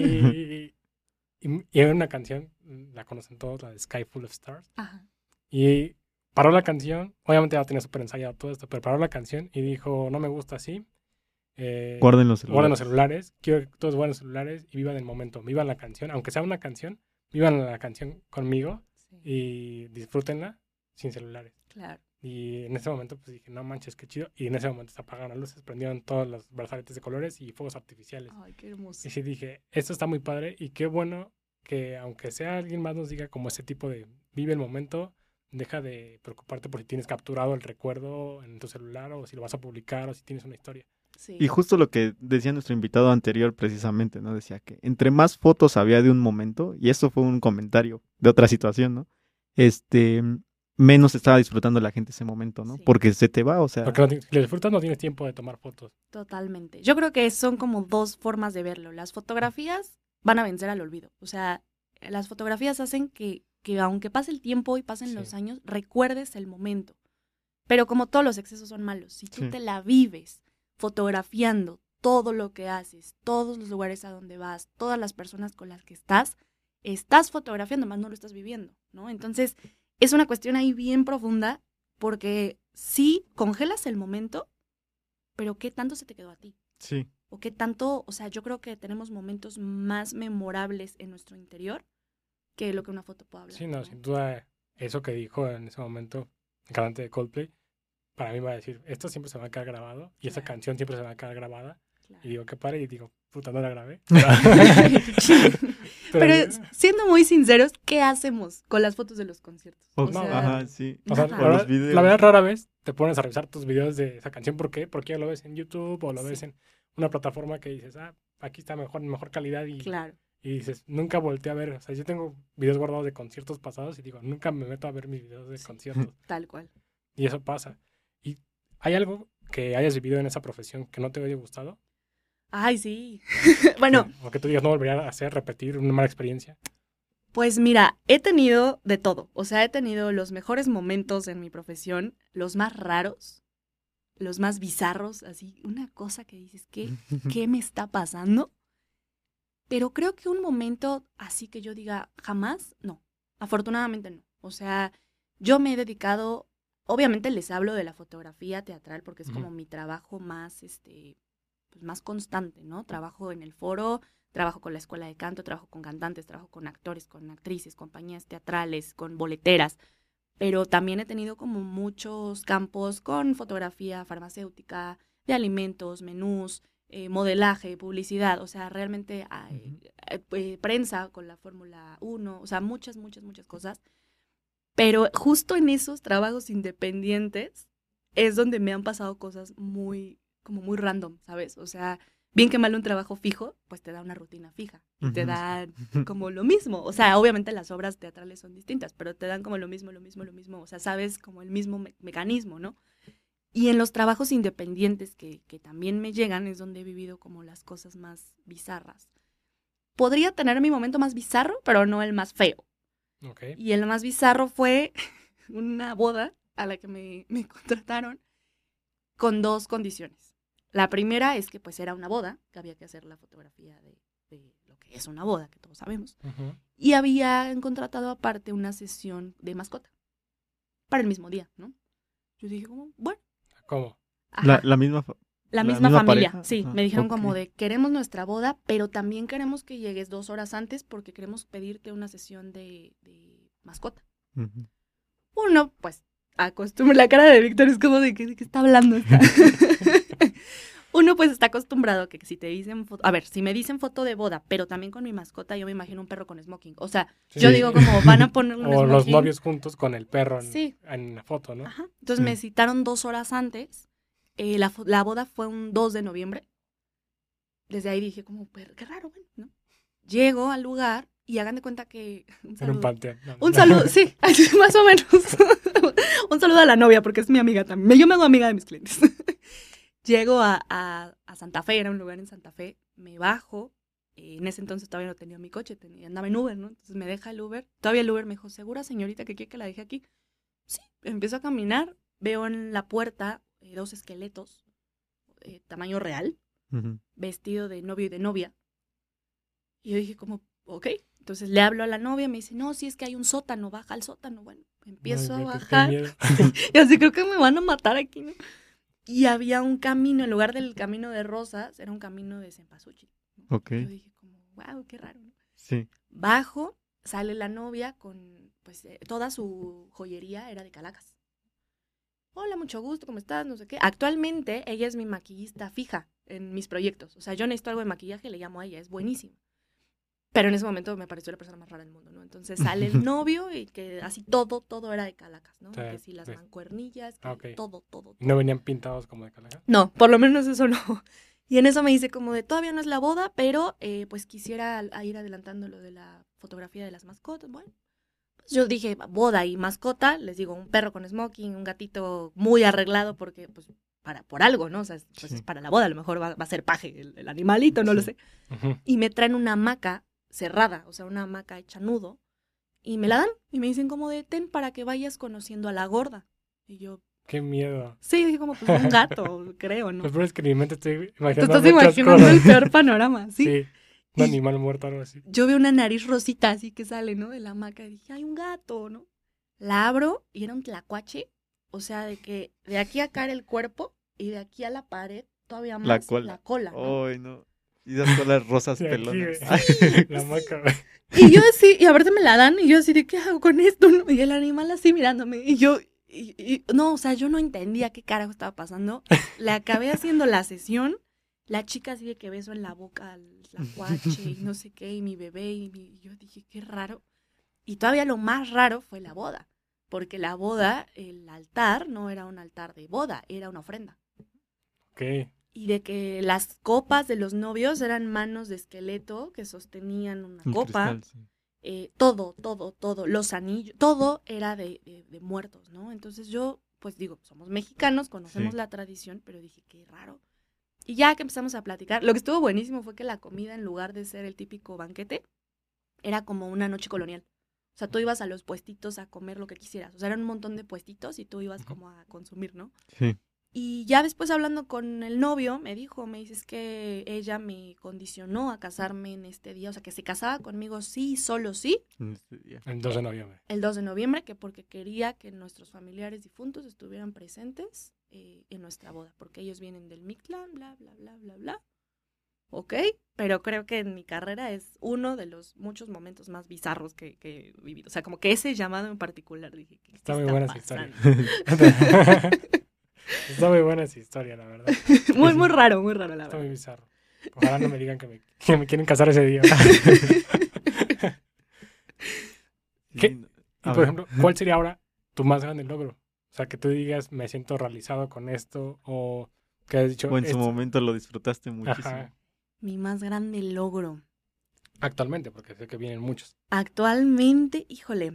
Y, y, y era una canción, la conocen todos, la de Sky Full of Stars. Ajá. Y paró la canción, obviamente ya tenía súper ensayado todo esto, pero paró la canción y dijo, no me gusta así. Eh, Guarden los celulares. guarden los celulares, quiero que todos guarden los celulares y vivan el momento, vivan la canción, aunque sea una canción, vivan la canción conmigo Sí, y disfrútenla sin celulares. claro. Y en ese momento pues dije, no manches, qué chido. Y en ese momento se apagaron las luces, prendieron todos los brazaletes de colores y fuegos artificiales. Ay, qué hermoso. Y sí dije, esto está muy padre y qué bueno que aunque sea alguien más nos diga como ese tipo de vive el momento, deja de preocuparte por si tienes capturado el recuerdo en tu celular o si lo vas a publicar o si tienes una historia. Sí. Y justo lo que decía nuestro invitado anterior precisamente, ¿no? Decía que entre más fotos había de un momento, y esto fue un comentario de otra situación, ¿no? Este, menos estaba disfrutando la gente ese momento, ¿no? Sí. Porque se te va, o sea, Porque no, ti- si lo disfrutas no tienes tiempo de tomar fotos. Totalmente. Yo creo que son como dos formas de verlo. Las fotografías van a vencer al olvido. O sea, las fotografías hacen que, que aunque pase el tiempo y pasen Sí. los años, recuerdes el momento. Pero como todos los excesos son malos, si tú Sí. te la vives fotografiando todo lo que haces, todos los lugares a donde vas, todas las personas con las que estás, estás fotografiando, más no lo estás viviendo, ¿no? Entonces, es una cuestión ahí bien profunda porque sí congelas el momento, pero ¿qué tanto se te quedó a ti? sí, O qué tanto, o sea, yo creo que tenemos momentos más memorables en nuestro interior que lo que una foto puede hablar. Sí, no, sin duda eso que dijo en ese momento el cantante de Coldplay, para mí va a decir, esto siempre se va a quedar grabado y esa Claro. canción siempre se va a quedar grabada. Claro. Y digo, qué padre, y digo, puta, no la grabé. Pero es- siendo muy sinceros, ¿qué hacemos con las fotos de los conciertos? O- O no, sea, ajá, sí. O sea, nada. la, O los verdad- videos. la verdad, rara vez te pones a revisar tus videos de esa canción. ¿Por qué? Porque ya lo ves en YouTube o lo ves Sí. en una plataforma que dices, ah, aquí está mejor, mejor calidad y, Claro. y dices, nunca volteé a ver. O sea, yo tengo videos guardados de conciertos pasados y digo, nunca me meto a ver mis videos de Sí. conciertos. Tal cual. Y eso pasa. ¿Y hay algo que hayas vivido en esa profesión que no te haya gustado? Ay, sí. Bueno, O que tú digas, no volvería a hacer, repetir una mala experiencia. pues mira, he tenido de todo. O sea, he tenido los mejores momentos en mi profesión, los más raros, los más bizarros, así, una cosa que dices, ¿qué, ¿qué me está pasando? Pero creo que un momento así que yo diga, jamás, no. Afortunadamente no. O sea, yo me he dedicado, obviamente les hablo de la fotografía teatral porque es Ujú. como mi trabajo más, este, pues más constante, ¿no? Trabajo en el foro, trabajo con la escuela de canto, trabajo con cantantes, trabajo con actores, con actrices, compañías teatrales, con boleteras, pero también he tenido como muchos campos con fotografía farmacéutica, de alimentos, menús, eh, modelaje, publicidad, o sea, realmente hay, eh, eh, prensa con la Fórmula uno, o sea, muchas, muchas, muchas cosas. Pero justo en esos trabajos independientes es donde me han pasado cosas muy, como muy random, ¿sabes? O sea, bien que mal un trabajo fijo, pues te da una rutina fija y te Ujú. da como lo mismo. O sea, obviamente las obras teatrales son distintas, pero te dan como lo mismo, lo mismo, lo mismo. O sea, sabes como el mismo me- mecanismo, ¿no? Y en los trabajos independientes que, que también me llegan es donde he vivido como las cosas más bizarras. Podría tener mi momento más bizarro, pero no el más feo. Ok. Y el más bizarro fue una boda a la que me, me contrataron con dos condiciones. La primera es que pues era una boda, que había que hacer la fotografía de, de lo que es una boda, que todos sabemos. Ujú. Y habían contratado aparte una sesión de mascota para el mismo día, ¿no? Yo dije como, bueno, ¿Cómo? ajá. La, la misma. fa- La ¿La misma, misma familia, pareja? sí. Ajá, Me dijeron ok. como de, queremos nuestra boda, pero también queremos que llegues dos horas antes porque queremos pedirte una sesión de, de mascota. Ujú. Uno, pues, acostumbra, la cara de Víctor es como de, ¿qué, de qué está hablando esta? Uno, pues, está acostumbrado a que si te dicen foto, a ver, si me dicen foto de boda, pero también con mi mascota, yo me imagino un perro con smoking. O sea, yo Sí. digo como, van a ponerle un O smoking. los novios juntos con el perro en, Sí. en la foto, ¿no? Ajá. Entonces Sí. me citaron dos horas antes. Eh, la, fo- la boda fue un dos de noviembre. Desde ahí dije como, pero qué raro, bueno, ¿no? Llego al lugar y hagan de cuenta que... Un En un saludo. panteón. No, Un no. saludo, sí, más o menos. Un saludo a la novia porque es mi amiga también. Yo me hago amiga de mis clientes. Llego a, a, a Santa Fe, era un lugar en Santa Fe. Me bajo. eh, en ese entonces todavía no tenía mi coche, tenía, andaba en Uber, ¿no? Entonces me deja el Uber. Todavía el Uber me dijo, ¿segura, señorita, que quiere que la deje aquí? Sí, empiezo a caminar. Veo en la puerta eh, dos esqueletos, eh, tamaño real, Ujú. vestido de novio y de novia. Y yo dije como, ok. Entonces le hablo a la novia, me dice, no, si es que hay un sótano, baja al sótano. Bueno, empiezo Ay, a vete, qué bajar. miedo. Y así creo que me van a matar aquí, ¿no? Y había un camino, en lugar del camino de rosas, era un camino de cempasúchil. ¿no? Ok. Yo dije como, wow, qué raro, ¿no? Sí. Bajo, sale la novia con, pues, eh, toda su joyería era de Calacas. Hola, mucho gusto, ¿cómo estás? No sé qué. Actualmente ella es mi maquillista fija en mis proyectos. O sea, yo necesito algo de maquillaje, le llamo a ella, es buenísima. Pero en ese momento me pareció la persona más rara del mundo, ¿no? Entonces sale el novio y que así todo, todo era de Calacas, ¿no? Sí, que si las sí. mancuernillas, que Ah, ok. todo, todo, todo. ¿No venían pintados como de Calaga? No, por lo menos eso no. Y en eso me dice como de, todavía no es la boda, pero eh, pues quisiera al- a ir adelantando lo de la fotografía de las mascotas. Bueno, pues yo dije, boda y mascota, les digo, un perro con smoking, un gatito muy arreglado porque, pues, para, por algo, ¿no? O sea, es- pues Sí. es para la boda, a lo mejor va, va a ser paje el, el animalito, no lo Sí. sé. Ujú. Y me traen una hamaca cerrada, o sea, una hamaca hecha nudo, y me la dan, y me dicen como de, ten para que vayas conociendo a la gorda. Y yo, Qué miedo. sí, dije como, pues un gato, creo, ¿no? Lo peor es que en mi mente estoy Te imaginando estás muchas imaginando cosas. el peor panorama, ¿sí? Sí. Un Y- animal muerto o algo así. Yo veo una nariz rosita así que sale, ¿no? De la hamaca, y dije, hay un gato, ¿no? La abro y era un tlacuache, o sea, de que de aquí acá era el cuerpo y de aquí a la pared todavía más La cola. la cola, ¿no? Ay, no. Y las colas rosas De aquí, pelonas. güey. La maca, güey. Y yo así, y aparte me la dan, y yo así de, ¿qué hago con esto? ¿no? Y el animal así mirándome, y yo, y, y- no, o sea, yo no entendía qué carajo estaba pasando. Le acabé haciendo la sesión, la chica así de que beso en la boca al lacuache y no sé qué, y mi bebé, y, mi, y yo dije, qué raro. Y todavía lo más raro fue la boda, porque la boda, el altar no era un altar de boda, era una ofrenda. Ok. Y de que las copas de los novios eran manos de esqueleto que sostenían una Un copa. cristal, sí. Eh, todo, todo, todo, los anillos, todo era de, de, de muertos, ¿no? Entonces yo, pues digo, somos mexicanos, conocemos Sí. la tradición, pero dije, qué raro. Y ya que empezamos a platicar, lo que estuvo buenísimo fue que la comida, en lugar de ser el típico banquete, era como una noche colonial. O sea, tú ibas a los puestitos a comer lo que quisieras. O sea, eran un montón de puestitos y tú ibas Ujú. como a consumir, ¿no? Sí. Y ya después hablando con el novio, me dijo, me dices que ella me condicionó a casarme en este día, o sea, que se casaba conmigo sí, solo sí, En este día. El dos de noviembre. el dos de noviembre, que porque quería que nuestros familiares difuntos estuvieran presentes eh, en nuestra boda, porque ellos vienen del Mictlán, bla, bla, bla, bla, bla. Ok, pero creo que en mi carrera es uno de los muchos momentos más bizarros que, que he vivido. O sea, como que ese llamado en particular, dije, ¿qué Está muy está buena esa historia. pasando? Está muy buena esa historia, la verdad. Muy, muy raro, muy raro, la Está verdad. muy bizarro. Ojalá no me digan que me, que me quieren casar ese día. ¿Qué? Sí, Y a por ver. ejemplo, ¿cuál sería ahora tu más grande logro? O sea, que tú digas, me siento realizado con esto, o que has dicho, O en su esto- momento lo disfrutaste muchísimo. ajá, Mi más grande logro. actualmente, porque sé que vienen muchos. Actualmente, híjole,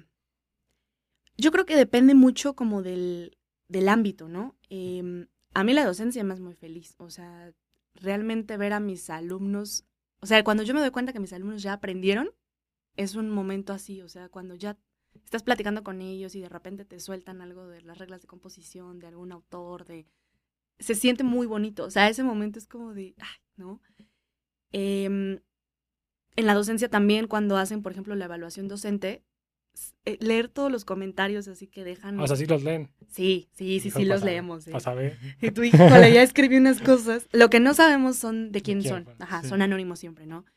yo creo que depende mucho como del, del ámbito, ¿no? Eh, a mí la docencia me hace muy feliz, o sea, realmente ver a mis alumnos, o sea, cuando yo me doy cuenta que mis alumnos ya aprendieron, es un momento así, o sea, cuando ya estás platicando con ellos y de repente te sueltan algo de las reglas de composición, de algún autor, de... Se siente muy bonito, o sea, ese momento es como de, ay, ¿no? Eh, en la docencia también, cuando hacen, por ejemplo, la evaluación docente, eh, leer todos los comentarios así que dejan. O sea, sí los leen. Sí, sí, sí, Hijo, sí, los para- leemos. ¿eh? Para saber. Y tú, híjole, ya escribí unas cosas. Lo que no sabemos son de quién quién son. fue? Ajá, Sí. son anónimos siempre, ¿no?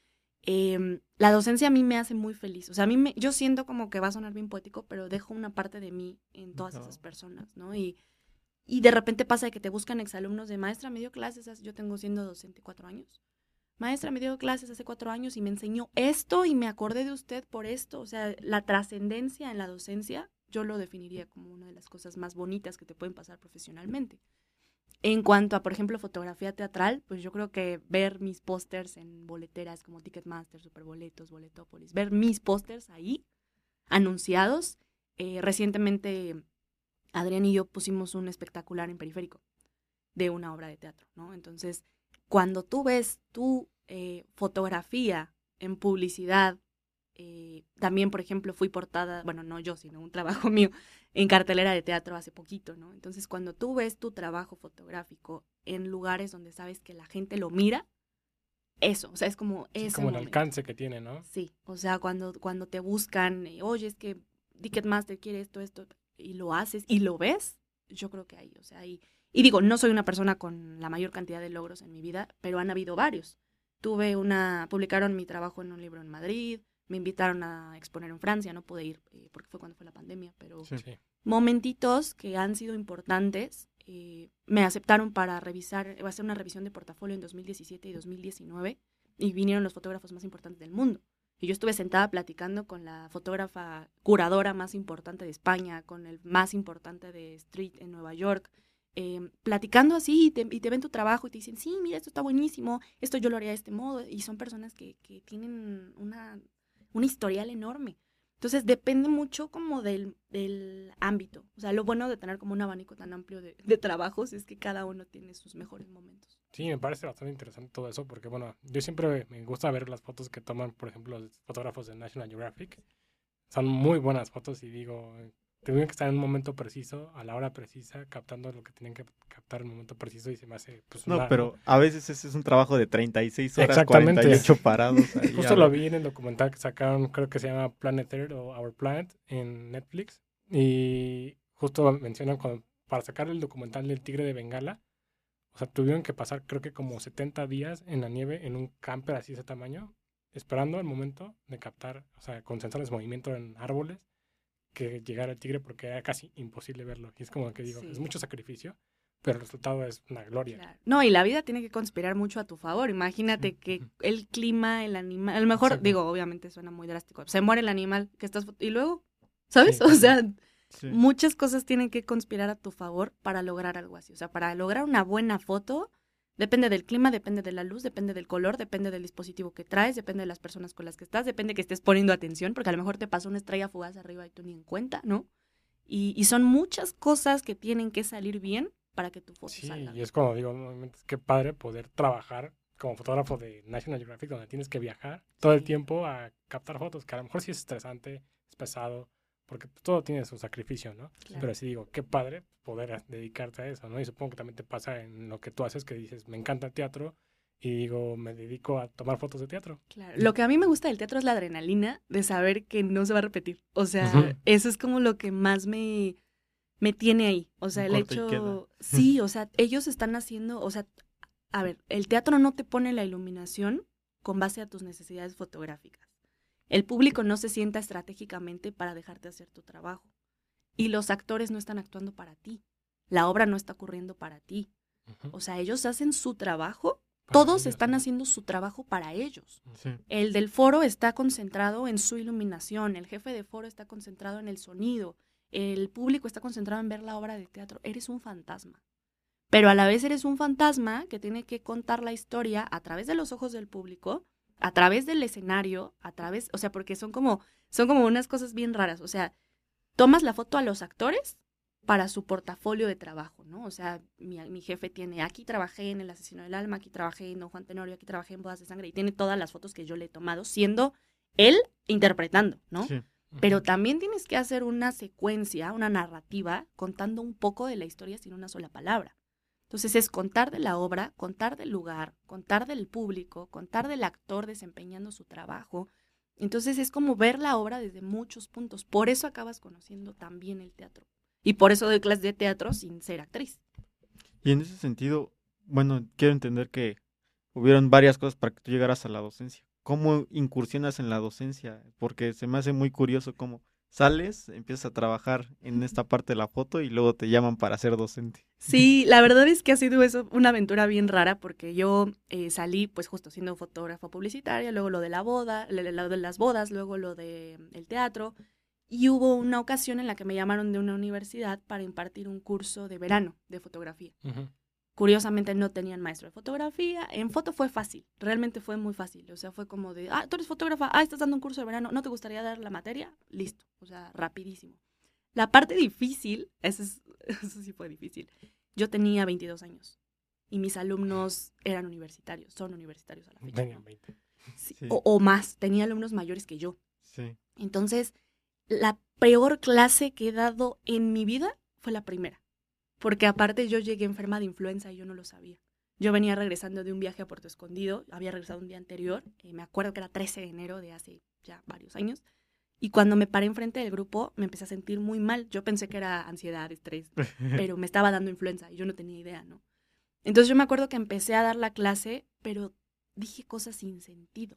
Eh, la docencia a mí me hace muy feliz. O sea, a mí me, yo siento como que va a sonar bien poético, pero dejo una parte de mí en todas No. esas personas, ¿no? Y, y de repente pasa de que te buscan exalumnos de maestra, me dio clases, hace- yo tengo siendo docente cuatro años. Maestra, me dio clases hace cuatro años y me enseñó esto y me acordé de usted por esto. O sea, la trascendencia en la docencia, yo lo definiría como una de las cosas más bonitas que te pueden pasar profesionalmente. En cuanto a, por ejemplo, fotografía teatral, pues yo creo que ver mis pósters en boleteras como Ticketmaster, Superboletos, Boletópolis, ver mis pósters ahí, anunciados. Eh, recientemente, Adrián y yo pusimos un espectacular en Periférico de una obra de teatro, ¿no? Entonces, cuando tú ves tu eh, fotografía en publicidad, eh, también, por ejemplo, fui portada, bueno, no yo, sino un trabajo mío, en cartelera de teatro hace poquito, ¿no? Entonces, cuando tú ves tu trabajo fotográfico en lugares donde sabes que la gente lo mira, eso, o sea, es como Sí, ese como el momento. alcance que tiene, ¿no? Sí, o sea, cuando, cuando te buscan, eh, oye, es que Ticketmaster quiere esto, esto, y lo haces y lo ves, yo creo que ahí, o sea, ahí. Y digo, no soy una persona con la mayor cantidad de logros en mi vida, pero han habido varios. Tuve una, publicaron mi trabajo en un libro en Madrid, me invitaron a exponer en Francia, no pude ir eh, porque fue cuando fue la pandemia, pero Sí. Sí. momentitos que han sido importantes. Eh, me aceptaron para revisar, va a ser una revisión de portafolio en dos mil diecisiete y dos mil diecinueve y vinieron los fotógrafos más importantes del mundo. Y yo estuve sentada platicando con la fotógrafa curadora más importante de España, con el más importante de Street en Nueva York, eh, platicando así y te, y te ven tu trabajo y te dicen, sí, mira, esto está buenísimo, esto yo lo haría de este modo. Y son personas que, que tienen una, un historial enorme. Entonces depende mucho como del, del ámbito. O sea, lo bueno de tener como un abanico tan amplio de, de trabajos es que cada uno tiene sus mejores momentos. Sí, me parece bastante interesante todo eso, porque bueno, yo siempre me gusta ver las fotos que toman, por ejemplo, los fotógrafos de National Geographic. Son muy buenas fotos y digo, tuvieron que estar en un momento preciso, a la hora precisa, captando lo que tenían que captar en el momento preciso y se me hace pues No, una- pero a veces ese es un trabajo de treinta y seis horas, Exactamente. cuarenta y ocho parados. Ahí, Justo a lo ver. vi en el documental que sacaron, creo que se llama Planet Earth o Our Planet en Netflix. Y justo mencionan cuando, para sacar el documental del tigre de Bengala, o sea, tuvieron que pasar creo que como setenta días en la nieve en un camper así de ese tamaño, esperando el momento de captar, o sea, con sensores de movimiento en árboles, que llegara el tigre porque era casi imposible verlo. Y es como que digo, Sí. es mucho sacrificio, pero el resultado es una gloria. Claro. No, y la vida tiene que conspirar mucho a tu favor. Imagínate que el clima, el animal, a lo mejor, Exacto. digo, obviamente suena muy drástico, se muere el animal que estás, y luego, ¿sabes? Sí, o sí. sea, Sí. muchas cosas tienen que conspirar a tu favor para lograr algo así. O sea, para lograr una buena foto, depende del clima, depende de la luz, depende del color, depende del dispositivo que traes, depende de las personas con las que estás, depende que estés poniendo atención, porque a lo mejor te pasó una estrella fugaz arriba y tú ni en cuenta, ¿no? Y, y son muchas cosas que tienen que salir bien para que tu foto Sí, salga y bien. es como digo, normalmente, qué padre poder trabajar como fotógrafo de National Geographic, donde tienes que viajar todo el Sí. tiempo a captar fotos, que a lo mejor sí es estresante, es pesado, porque pues, todo tiene su sacrificio, ¿no? Claro. Pero sí digo, qué padre poder a- dedicarte a eso, ¿no? Y supongo que también te pasa en lo que tú haces, que dices, me encanta el teatro, y digo, me dedico a tomar fotos de teatro. Claro. Lo que a mí me gusta del teatro es la adrenalina de saber que no se va a repetir. O sea, Ujú. eso es como lo que más me, me tiene ahí. O sea, Un el corte y queda. hecho... Sí, o sea, ellos están haciendo... O sea, a ver, el teatro no te pone la iluminación con base a tus necesidades fotográficas. El público no se sienta estratégicamente para dejarte hacer tu trabajo. Y los actores no están actuando para ti. La obra no está ocurriendo para ti. Ujú. O sea, ellos hacen su trabajo. Para Todos ellos, están sí. haciendo su trabajo para ellos. Sí. El del foro está concentrado en su iluminación, el jefe de foro está concentrado en el sonido, el público está concentrado en ver la obra de teatro. Eres un fantasma. Pero a la vez eres un fantasma que tiene que contar la historia a través de los ojos del público, a través del escenario, a través, o sea, porque son como, son como unas cosas bien raras. O sea, tomas la foto a los actores para su portafolio de trabajo, ¿no? O sea, mi, mi jefe tiene, aquí trabajé en El asesino del alma, aquí trabajé en Don Juan Tenorio, aquí trabajé en Bodas de Sangre, y tiene todas las fotos que yo le he tomado, siendo él interpretando, ¿no? Sí. Pero Ujú. también tienes que hacer una secuencia, una narrativa, contando un poco de la historia sin una sola palabra. Entonces es contar de la obra, contar del lugar, contar del público, contar del actor desempeñando su trabajo. Entonces es como ver la obra desde muchos puntos. Por eso acabas conociendo también el teatro. Y por eso doy clases de teatro sin ser actriz. Y en ese sentido, bueno, quiero entender que hubieron varias cosas para que tú llegaras a la docencia. ¿Cómo incursionas en la docencia? Porque se me hace muy curioso cómo sales, empiezas a trabajar en esta parte de la foto y luego te llaman para ser docente. Sí, la verdad es que ha sido eso una aventura bien rara porque yo eh, salí pues justo siendo fotógrafa publicitaria, luego lo de la boda, lo de las bodas, luego lo de el teatro. Y hubo una ocasión en la que me llamaron de una universidad para impartir un curso de verano de fotografía. Ujú. Curiosamente no tenían maestro de fotografía. En foto fue fácil, realmente fue muy fácil. O sea, fue como de, ah, tú eres fotógrafa, ah, estás dando un curso de verano, ¿no te gustaría dar la materia? Listo, o sea, rapidísimo. La parte difícil, eso, es, eso sí fue difícil. Yo tenía veintidós años y mis alumnos eran universitarios, son universitarios a la fecha. Tenían ¿no? veinte. Sí, Sí. o, o más, tenía alumnos mayores que yo. Sí. Entonces, la peor clase que he dado en mi vida fue la primera. Porque aparte yo llegué enferma de influenza y yo no lo sabía. Yo venía regresando de un viaje a Puerto Escondido, había regresado un día anterior, eh, me acuerdo que era trece de enero de hace ya varios años, y cuando me paré enfrente del grupo me empecé a sentir muy mal. Yo pensé que era ansiedad, estrés, pero me estaba dando influenza y yo no tenía idea, ¿no? Entonces yo me acuerdo que empecé a dar la clase, pero dije cosas sin sentido.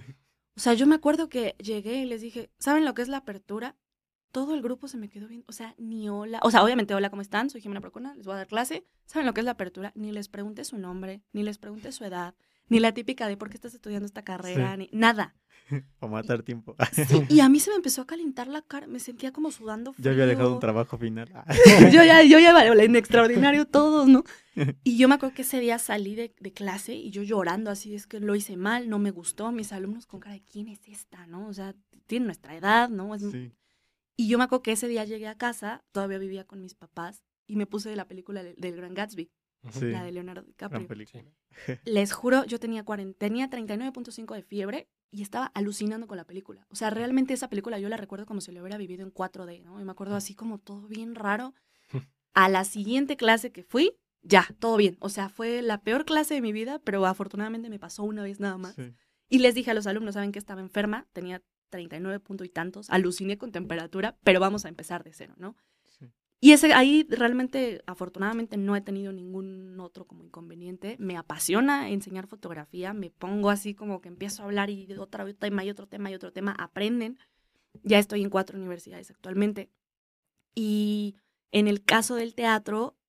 O sea, yo me acuerdo que llegué y les dije, ¿saben lo que es la apertura? Todo el grupo se me quedó viendo, o sea, ni hola, o sea, obviamente, hola, ¿cómo están? Soy Jimena Procuna, les voy a dar clase. ¿Saben lo que es la apertura? Ni les pregunté su nombre, ni les pregunté su edad, ni la típica de por qué estás estudiando esta carrera, Sí. ni nada. Para matar tiempo. Sí, y a mí se me empezó a calentar la cara, me sentía como sudando frío. Ya había dejado un trabajo final. yo ya, yo ya, en extraordinario todos, ¿no? Y yo me acuerdo que ese día salí de, de clase y yo llorando así, es que lo hice mal, no me gustó, mis alumnos con cara de, ¿quién es esta, no? O sea, tiene nuestra edad, ¿no? Es, Sí. Y yo me acuerdo que ese día llegué a casa, todavía vivía con mis papás, y me puse de la película del, del Gran Gatsby, Ujú. Sí. la de Leonardo Gran DiCaprio. película. Les juro, yo tenía, cuarenta, tenía treinta y nueve punto cinco de fiebre y estaba alucinando con la película. O sea, realmente esa película yo la recuerdo como si la hubiera vivido en cuatro D, ¿no? Y me acuerdo así como todo bien raro. A la siguiente clase que fui, ya, todo bien. O sea, fue la peor clase de mi vida, pero afortunadamente me pasó una vez nada más. Sí. Y les dije a los alumnos, ¿saben que estaba enferma? Tenía treinta y nueve punto y tantos, aluciné con temperatura, pero vamos a empezar de cero, ¿no? Sí. Y ese, ahí realmente, afortunadamente, no he tenido ningún otro como inconveniente. Me apasiona enseñar fotografía, me pongo así como que empiezo a hablar y de otro tema y otro tema y otro tema, aprenden. Ya estoy en cuatro universidades actualmente. Y en el caso del teatro,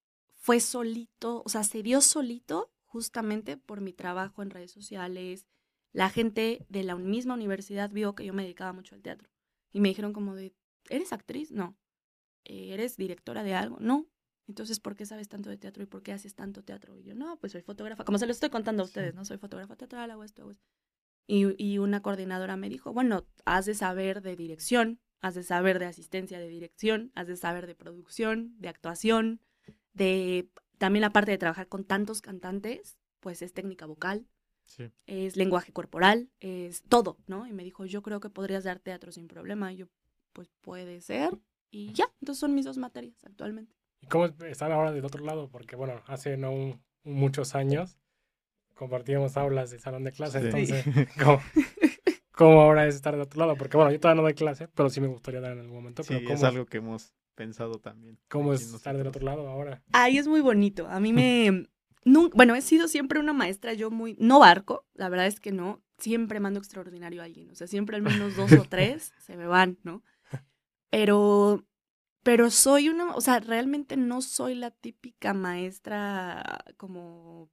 fue solito, o sea, se dio solito justamente por mi trabajo en redes sociales. La gente de la misma universidad vio que yo me dedicaba mucho al teatro. Y me dijeron como de, ¿eres actriz? No. ¿Eres directora de algo? No. Entonces, ¿por qué sabes tanto de teatro y por qué haces tanto teatro? Y yo, no, pues soy fotógrafa. Como se lo estoy contando a ustedes, ¿no? Soy fotógrafa teatral, hago esto, hago esto. Y, y una coordinadora me dijo, bueno, has de saber de dirección, has de saber de asistencia de dirección, has de saber de producción, de actuación, de también la parte de trabajar con tantos cantantes, pues es técnica vocal, sí. Es lenguaje corporal, es todo, ¿no? Y me dijo, yo creo que podrías dar teatro sin problema. Y yo, pues puede ser. Y ya, entonces son mis dos materias actualmente. ¿Y cómo están ahora del otro lado? Porque, bueno, hace no un, muchos años compartíamos aulas de salón de clase, sí. Entonces, ¿cómo, ¿cómo ahora es estar del otro lado? Porque, bueno, yo todavía no doy clase, pero sí me gustaría dar en algún momento. Sí, pero ¿cómo es algo que hemos pensado también. ¿Cómo es estar del otro lado ahora? Ahí es muy bonito. A mí me... nunca, bueno, he sido siempre una maestra, yo muy... No barco, la verdad es que no. Siempre mando extraordinario a alguien. O sea, siempre al menos dos o tres se me van, ¿no? Pero... Pero soy una... O sea, realmente no soy la típica maestra como...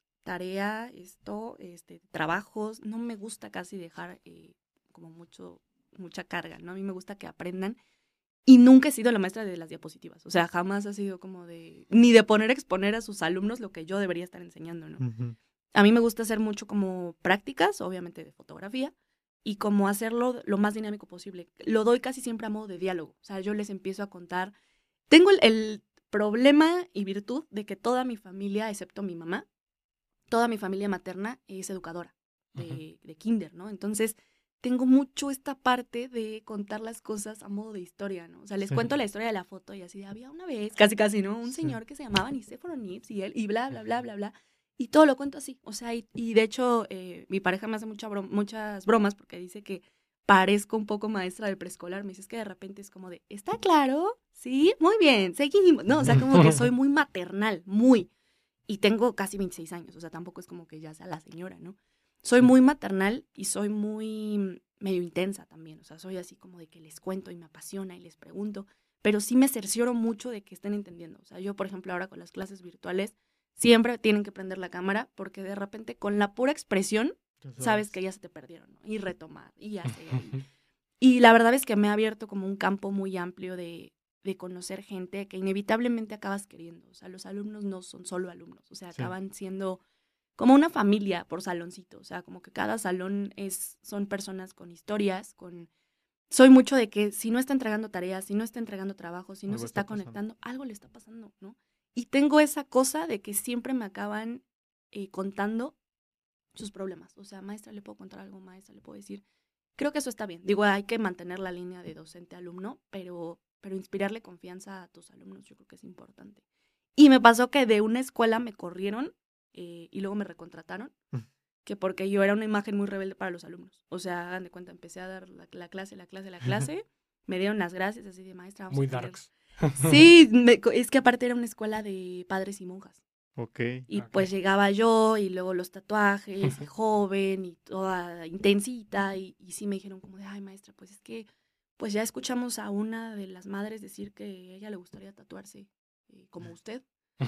tarea, esto, este, trabajos, no me gusta casi dejar eh, como mucho, mucha carga, ¿no? A mí me gusta que aprendan y nunca he sido la maestra de las diapositivas, o sea, jamás ha sido como de, ni de poner a exponer a sus alumnos lo que yo debería estar enseñando, ¿no? Uh-huh. A mí me gusta hacer mucho como prácticas, obviamente de fotografía, y como hacerlo lo más dinámico posible. Lo doy casi siempre a modo de diálogo, o sea, yo les empiezo a contar, tengo el, el problema y virtud de que toda mi familia, excepto mi mamá, toda mi familia materna es educadora de, uh-huh. de kinder, ¿no? Entonces, tengo mucho esta parte de contar las cosas a modo de historia, ¿no? O sea, les sí. cuento la historia de la foto y así, había una vez, casi casi, ¿no? Un sí. señor que se llamaba Nicéforo Nips y él, y bla, bla, bla, bla, bla. Y todo lo cuento así, o sea, y, y de hecho, eh, mi pareja me hace mucha brom- muchas bromas porque dice que parezco un poco maestra del preescolar. Me dice, es que de repente es como de, ¿está claro? Sí, muy bien, seguimos. No, o sea, como que soy muy maternal, muy... Y tengo casi veintiséis años, o sea, tampoco es como que ya sea la señora, ¿no? Soy muy maternal y soy muy medio intensa también, o sea, soy así como de que les cuento y me apasiona y les pregunto, pero sí me cercioro mucho de que estén entendiendo. O sea, yo, por ejemplo, ahora con las clases virtuales, siempre tienen que prender la cámara porque de repente con la pura expresión, sabes que ya se te perdieron, ¿no? Y retomar, y hacer. Y, y la verdad es que me ha abierto como un campo muy amplio de... de conocer gente que inevitablemente acabas queriendo. O sea, los alumnos no son solo alumnos, o sea, sí. acaban siendo como una familia por saloncito. O sea, como que cada salón es, son personas con historias, con... Soy mucho de que si no está entregando tareas, si no está entregando trabajo, si no algo se está, está conectando, algo le está pasando, ¿no? Y tengo esa cosa de que siempre me acaban eh, contando sus problemas. O sea, maestra, le puedo contar algo, maestra, le puedo decir... Creo que eso está bien. Digo, hay que mantener la línea de docente-alumno, pero... pero inspirarle confianza a tus alumnos yo creo que es importante. Y me pasó que de una escuela me corrieron eh, y luego me recontrataron, que porque yo era una imagen muy rebelde para los alumnos. O sea, hagan de cuenta, empecé a dar la, la clase, la clase, la clase, me dieron las gracias así de maestra. Vamos muy a darks. Sí, me, es que aparte era una escuela de padres y monjas. Ok. Y okay. pues llegaba yo y luego los tatuajes, y joven y toda intensita y, y sí me dijeron como de, ay maestra, pues es que pues ya escuchamos a una de las madres decir que a ella le gustaría tatuarse eh, como usted.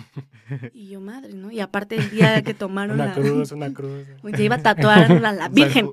Y yo, madre, ¿no? Y aparte el día que tomaron una la... cruz, una cruz. Ya iba a tatuar a la Virgen.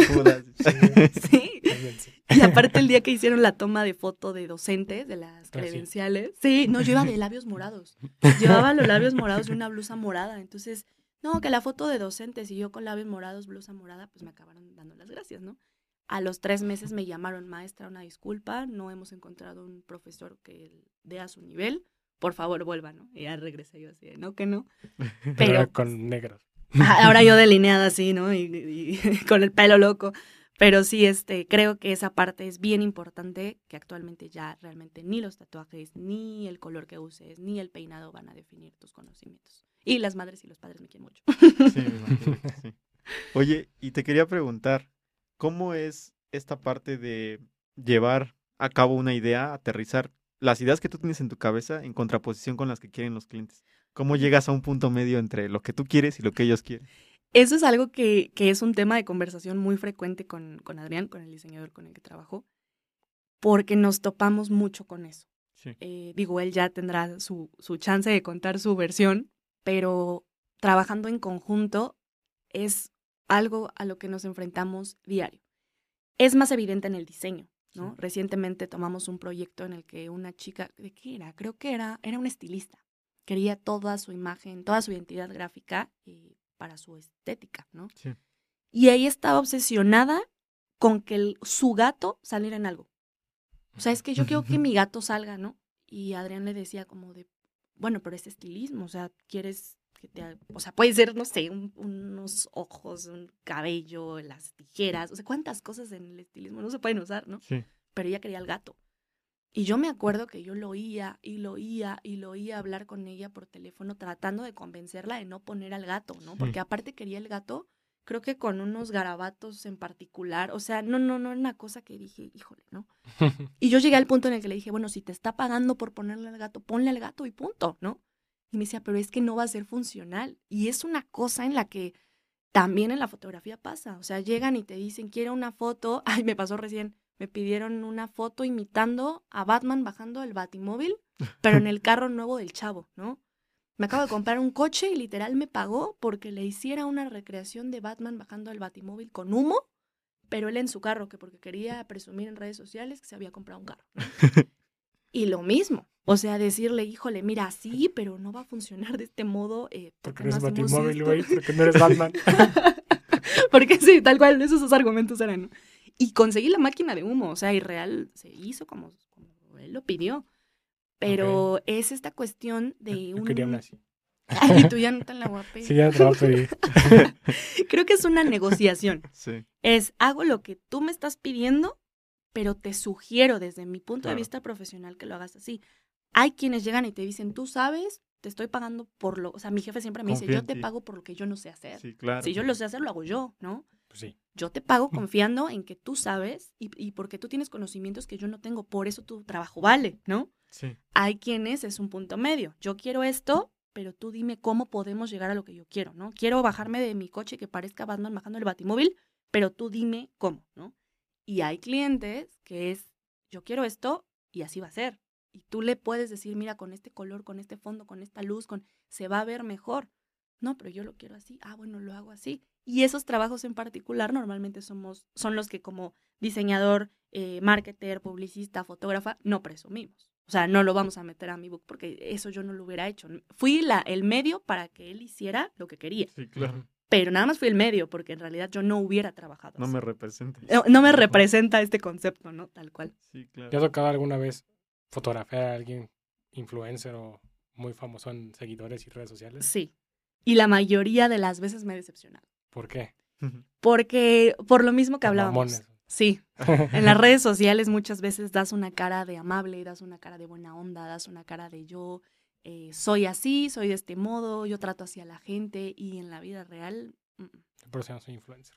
Sí. Y aparte el día que hicieron la toma de foto de docentes, de las credenciales. Sí, no, yo iba de labios morados. Llevaba los labios morados y una blusa morada. Entonces, no, que la foto de docentes y yo con labios morados, blusa morada, pues me acabaron dando las gracias, ¿no? A los tres meses me llamaron, maestra, una disculpa, no hemos encontrado un profesor que dé a su nivel, por favor vuelva, ¿no? Y ya regresé yo así, no, que no. Pero, Pero con negros. Ahora yo delineada así, ¿no? Y, y, y con el pelo loco. Pero sí, este, creo que esa parte es bien importante, que actualmente ya realmente ni los tatuajes, ni el color que uses, ni el peinado van a definir tus conocimientos. Y las madres y los padres me quieren mucho. Sí, me imagino que sí. Oye, y te quería preguntar, ¿cómo es esta parte de llevar a cabo una idea, aterrizar las ideas que tú tienes en tu cabeza en contraposición con las que quieren los clientes? ¿Cómo llegas a un punto medio entre lo que tú quieres y lo que ellos quieren? Eso es algo que, que es un tema de conversación muy frecuente con, con Adrián, con el diseñador con el que trabajo, porque nos topamos mucho con eso. Sí. Eh, digo, él ya tendrá su, su chance de contar su versión, pero trabajando en conjunto es algo a lo que nos enfrentamos diario. Es más evidente en el diseño, ¿no? Sí. Recientemente tomamos un proyecto en el que una chica, ¿de qué era? Creo que era, era una estilista. Quería toda su imagen, toda su identidad gráfica eh, para su estética, ¿no? Sí. Y ella estaba obsesionada con que el- su gato saliera en algo. O sea, es que yo quiero que mi gato salga, ¿no? Y Adrián le decía como de, bueno, pero es estilismo, o sea, quieres que te, ha- o sea, puede ser, no sé, un- unos ojos, un cabello, las tijeras, o sea, cuántas cosas en el estilismo no se pueden usar, ¿no? Sí. Pero ella quería el gato. Y yo me acuerdo que yo lo oía y lo oía y lo oía hablar con ella por teléfono tratando de convencerla de no poner al gato, ¿no? Sí. Porque aparte quería el gato, creo que con unos garabatos en particular, o sea, no, no, no era una cosa que dije, híjole, ¿no? Y yo llegué al punto en el que le dije, bueno, si te está pagando por ponerle al gato, ponle al gato y punto, ¿no? Y me decía, pero es que no va a ser funcional. Y es una cosa en la que también en la fotografía pasa. O sea, llegan y te dicen, quiero una foto. Ay, me pasó recién. Me pidieron una foto imitando a Batman bajando el Batimóvil, pero en el carro nuevo del chavo, ¿no? Me acabo de comprar un coche y literal me pagó porque le hiciera una recreación de Batman bajando el Batimóvil con humo, pero él en su carro, que porque quería presumir en redes sociales que se había comprado un carro, ¿no? Y lo mismo, o sea, decirle, híjole, mira, sí, pero no va a funcionar de este modo. Eh, ¿por Porque qué no no eres hacemos Batimóvil, esto? güey, porque no eres Batman. Porque sí, tal cual, esos dos argumentos eran, ¿no? Y conseguí la máquina de humo, o sea, y real se hizo como, como él lo pidió. Pero es esta cuestión de Yo quería una un... así. Ay, tú ya no te la voy a pedir. Sí, ya te la voy a pedir. Creo que es una negociación. Sí. Es, hago lo que tú me estás pidiendo, pero te sugiero desde mi punto de Claro. vista profesional que lo hagas así. Hay quienes llegan y te dicen, tú sabes, te estoy pagando por lo... O sea, mi jefe siempre me dice, Confía yo en te ti. pago por lo que yo no sé hacer. Sí, claro. Si yo lo sé hacer, lo hago yo, ¿no? Pues sí. Yo te pago Mm. confiando en que tú sabes y, y porque tú tienes conocimientos que yo no tengo, por eso tu trabajo vale, ¿no? Sí. Hay quienes es un punto medio. Yo quiero esto, pero tú dime cómo podemos llegar a lo que yo quiero, ¿no? Quiero bajarme de mi coche que parezca Batman bajando el Batimóvil, pero tú dime cómo, ¿no? Y hay clientes que es, yo quiero esto y así va a ser. Y tú le puedes decir, mira, con este color, con este fondo, con esta luz, con se va a ver mejor. No, pero yo lo quiero así. Ah, bueno, lo hago así. Y esos trabajos en particular normalmente somos, son los que como diseñador, eh, marketer, publicista, fotógrafa, no presumimos. O sea, no lo vamos a meter a mi book porque eso yo no lo hubiera hecho. Fui la, el medio para que él hiciera lo que quería. Sí, claro. Pero nada más fui el medio porque en realidad yo no hubiera trabajado No así. me representa. No, no me representa este concepto, ¿no? Tal cual. Sí, ¿Te ha claro. tocado alguna vez fotografiar a alguien influencer o muy famoso en seguidores y redes sociales? Sí. Y la mayoría de las veces me he decepcionado. ¿Por qué? Porque, por lo mismo que Por hablábamos. mamones. Sí. En las redes sociales muchas veces das una cara de amable, das una cara de buena onda, das una cara de yo eh, soy así, soy de este modo, yo trato así a la gente y en la vida real... mm, Por eso no soy influencer.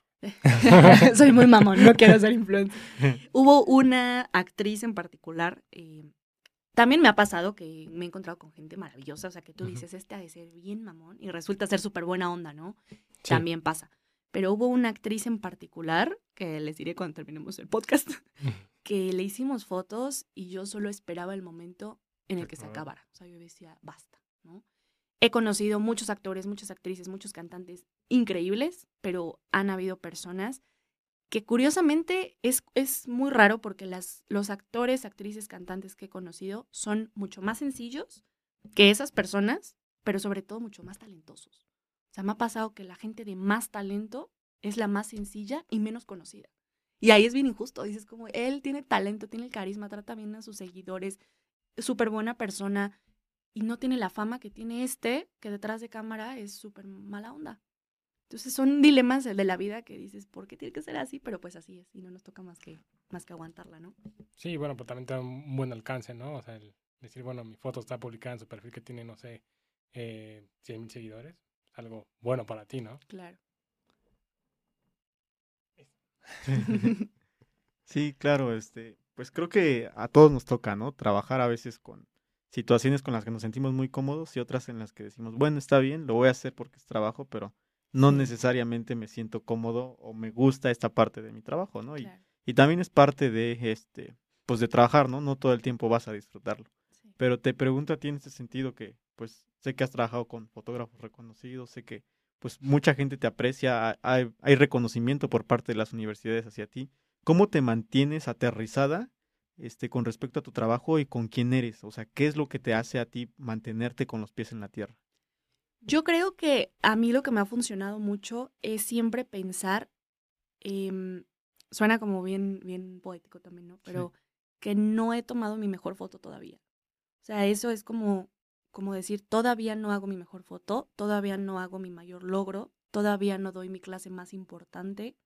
soy muy mamón, no quiero ser influencer. Hubo una actriz en particular, eh, también me ha pasado que me he encontrado con gente maravillosa, o sea, que tú dices, este ha de ser bien mamón y resulta ser súper buena onda, ¿no? Sí. También pasa. Pero hubo una actriz en particular, que les diré cuando terminemos el podcast, que le hicimos fotos y yo solo esperaba el momento en el que se acabara. O sea, yo decía, basta, ¿no? He conocido muchos actores, muchas actrices, muchos cantantes increíbles, pero han habido personas que curiosamente es, es muy raro porque las, los actores, actrices, cantantes que he conocido son mucho más sencillos que esas personas, pero sobre todo mucho más talentosos. O sea, me ha pasado que la gente de más talento es la más sencilla y menos conocida. Y ahí es bien injusto. Dices como, él tiene talento, tiene el carisma, trata bien a sus seguidores, es súper buena persona y no tiene la fama que tiene este, que detrás de cámara es súper mala onda. Entonces son dilemas de la vida que dices, ¿por qué tiene que ser así? Pero pues así es y no nos toca más que, más que aguantarla, ¿no? Sí, bueno, pues también te da un buen alcance, ¿no? O sea, el decir, bueno, mi foto está publicada en su perfil que tiene, no sé, eh, cien mil seguidores. Es algo bueno para ti, ¿no? Claro. Sí, claro, este, pues creo que a todos nos toca, ¿no? Trabajar a veces con situaciones con las que nos sentimos muy cómodos y otras en las que decimos, bueno, está bien, lo voy a hacer porque es trabajo, pero no Sí. necesariamente me siento cómodo o me gusta esta parte de mi trabajo, ¿no? Y, Claro. y también es parte de, este, pues de trabajar, ¿no? No todo el tiempo vas a disfrutarlo. Sí. Pero te pregunto a ti en ese sentido que, pues, sé que has trabajado con fotógrafos reconocidos, sé que, pues, mucha gente te aprecia, hay, hay reconocimiento por parte de las universidades hacia ti. ¿Cómo te mantienes aterrizada este, con respecto a tu trabajo y con quién eres? O sea, ¿qué es lo que te hace a ti mantenerte con los pies en la tierra? Yo creo que a mí lo que me ha funcionado mucho es siempre pensar, eh, suena como bien, bien poético también, ¿no? Pero sí. Que no he tomado mi mejor foto todavía. O sea, eso es como, como decir, todavía no hago mi mejor foto, todavía no hago mi mayor logro, todavía no doy mi clase más importante.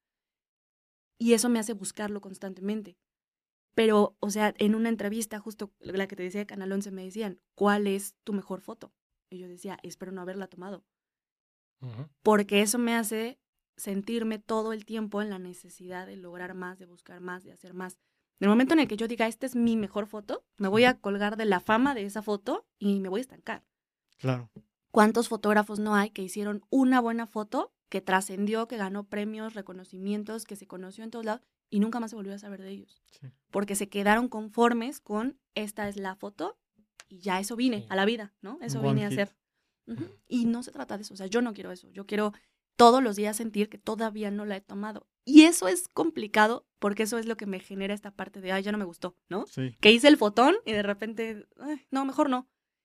Y eso me hace buscarlo constantemente. Pero, o sea, en una entrevista, justo la que te decía de Canal once, me decían, ¿cuál es tu mejor foto? Y yo decía, espero no haberla tomado. Uh-huh. Porque eso me hace sentirme todo el tiempo en la necesidad de lograr más, de buscar más, de hacer más. En el momento en el que yo diga, esta es mi mejor foto, me voy a colgar de la fama de esa foto y me voy a estancar. Claro. ¿Cuántos fotógrafos no hay que hicieron una buena foto, que trascendió, que ganó premios, reconocimientos, que se conoció en todos lados y nunca más se volvió a saber de ellos? Sí. Porque se quedaron conformes con, esta es la foto y ya eso vine sí. a la vida, ¿no? Eso One vine hit. a hacer. Uh-huh. Y no se trata de eso, o sea, yo no quiero eso, yo quiero todos los días sentir que todavía no la he tomado. Y eso es complicado porque eso es lo que me genera esta parte de, ay, ya no me gustó, ¿no? Sí. Que hice el fotón y de repente, ay, no, mejor no.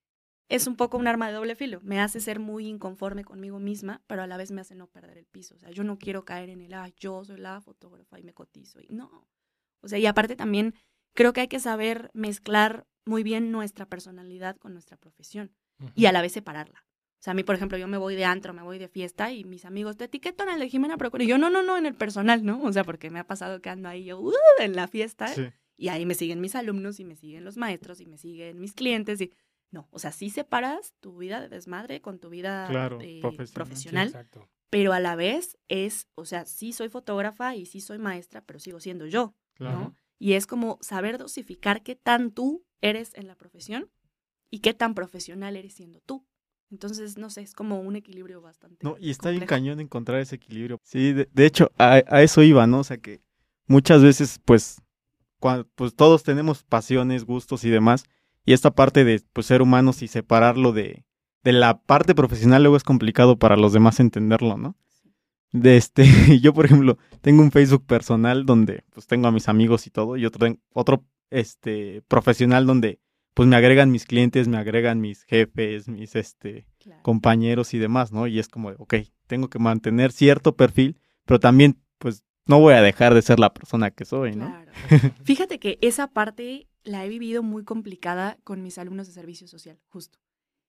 Es un poco un arma de doble filo. Me hace ser muy inconforme conmigo misma, pero a la vez me hace no perder el piso. O sea, yo no quiero caer en el, ay, yo soy la fotógrafa y me cotizo. Y no. O sea, y aparte también creo que hay que saber mezclar muy bien nuestra personalidad con nuestra profesión uh-huh. y a la vez separarla. O sea, a mí, por ejemplo, yo me voy de antro, me voy de fiesta y mis amigos te etiquetan al de Jimena Procura. Y yo, no, no, no, en el personal, ¿no? O sea, porque me ha pasado que ando ahí yo, uh, en la fiesta. Sí. Y ahí me siguen mis alumnos y me siguen los maestros y me siguen mis clientes. Y no, o sea, sí separas tu vida de desmadre con tu vida claro, eh, profesional. profesional. Sí, exacto. Pero a la vez es, o sea, sí soy fotógrafa y sí soy maestra, pero sigo siendo yo, claro. ¿no? Y es como saber dosificar qué tan tú eres en la profesión y qué tan profesional eres siendo tú. Entonces, no sé, es como un equilibrio bastante No, y está complejo. bien cañón encontrar ese equilibrio. Sí, de, de hecho, a, a eso iba, ¿no? O sea, que muchas veces, pues, cuando, pues, todos tenemos pasiones, gustos y demás, y esta parte de, pues, ser humanos y separarlo de, de la parte profesional luego es complicado para los demás entenderlo, ¿no? Sí. De este, yo, por ejemplo, tengo un Facebook personal donde, pues, tengo a mis amigos y todo, y otro, otro, este, profesional donde pues me agregan mis clientes, me agregan mis jefes, mis este claro. compañeros y demás, ¿no? Y es como, ok, tengo que mantener cierto perfil, pero también, pues, no voy a dejar de ser la persona que soy, ¿no? Claro. Fíjate que esa parte la he vivido muy complicada con mis alumnos de servicio social, justo.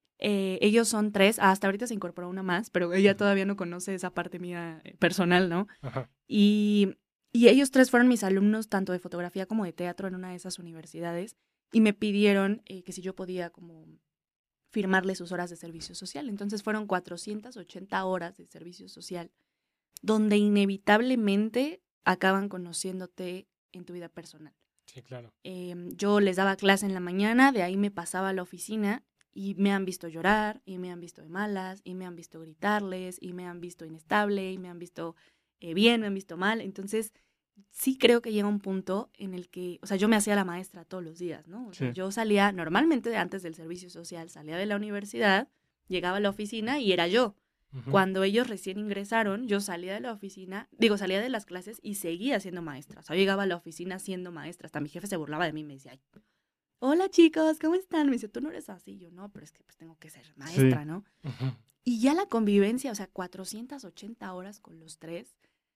Eh, ellos son tres, hasta ahorita se incorporó una más, pero ella todavía no conoce esa parte mía personal, ¿no? Ajá. Y, y ellos tres fueron mis alumnos tanto de fotografía como de teatro en una de esas universidades. Y me pidieron eh, que si yo podía como firmarle sus horas de servicio social. Entonces fueron cuatrocientas ochenta horas de servicio social, donde inevitablemente acaban conociéndote en tu vida personal. Sí, claro. Eh, yo les daba clase en la mañana, de ahí me pasaba a la oficina y me han visto llorar, y me han visto de malas, y me han visto gritarles, y me han visto inestable, y me han visto eh, bien, me han visto mal. Entonces sí creo que llega un punto en el que, o sea, yo me hacía la maestra todos los días, ¿no? O sea, sí. Yo salía normalmente antes del servicio social, salía de la universidad, llegaba a la oficina y era yo. Uh-huh. Cuando ellos recién ingresaron, yo salía de la oficina, digo, salía de las clases y seguía siendo maestra. O sea, yo llegaba a la oficina siendo maestra. Hasta mi jefe se burlaba de mí y me decía, ay, hola chicos, ¿cómo están? Me dice, tú no eres así. Yo, no, pero es que pues tengo que ser maestra, sí. ¿no? Uh-huh. Y ya la convivencia, o sea, cuatrocientas ochenta horas con los tres,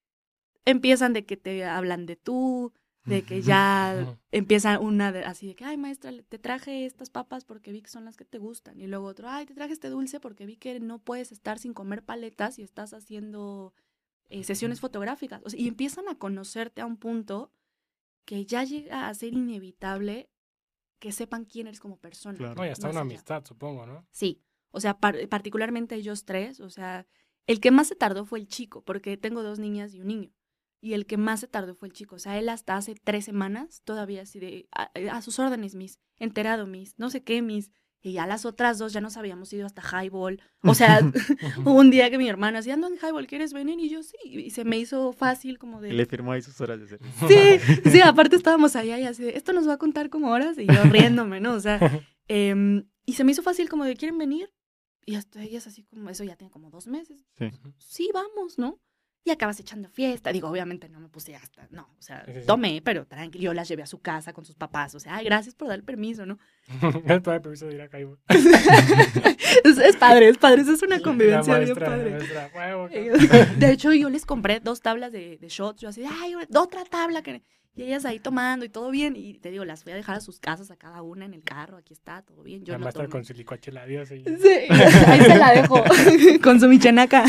empiezan de que te hablan de tú, de que ya empieza una de, así de que, ay, maestra, te traje estas papas porque vi que son las que te gustan. Y luego otro, ay, te traje este dulce porque vi que no puedes estar sin comer paletas y estás haciendo eh, sesiones fotográficas. O sea, y empiezan a conocerte a un punto que ya llega a ser inevitable que sepan quién eres como persona. Claro. No, y hasta una allá. Amistad, supongo, ¿no? Sí, o sea, par- particularmente ellos tres, o sea, el que más se tardó fue el chico, porque tengo dos niñas y un niño. Y el que más se tardó fue el chico. O sea, él hasta hace tres semanas todavía así de, a, a sus órdenes, mis, enterado, mis, no sé qué, mis. Y ya las otras dos ya nos habíamos ido hasta Highball. O sea, hubo un día que mi hermana decía, ando en Highball, ¿quieres venir? Y yo, sí. Y se me hizo fácil como de... Y le firmó ahí sus horas de servicio. Sí, sí, aparte estábamos allá y así de, esto nos va a contar como horas. Y yo riéndome, ¿no? O sea, Eh, y se me hizo fácil como de, ¿quieren venir? Y hasta ellas así como, eso ya tiene como dos meses. Sí. Sí, vamos, ¿no? Y acabas echando fiesta. Digo, obviamente no me puse hasta, no, o sea, Sí, sí, sí. tomé, pero tranquilo, yo las llevé a su casa con sus papás. O sea, ay, gracias por dar el permiso, ¿no? Es para el permiso de ir acá. güey. es, es padre, es padre, eso es una La convivencia bien maestra, la padre. maestra, huevo, Eh, cabrón. De hecho, yo les compré dos tablas de, de shots. Yo así, ay, otra tabla. Que... Y ellas ahí tomando y todo bien. Y te digo, las fui a dejar a sus casas a cada una en el carro. Aquí está, todo bien. Yo La no maestra tomé. con su licuache la dio. Sí. Sí, ahí se la dejo con su michenaca.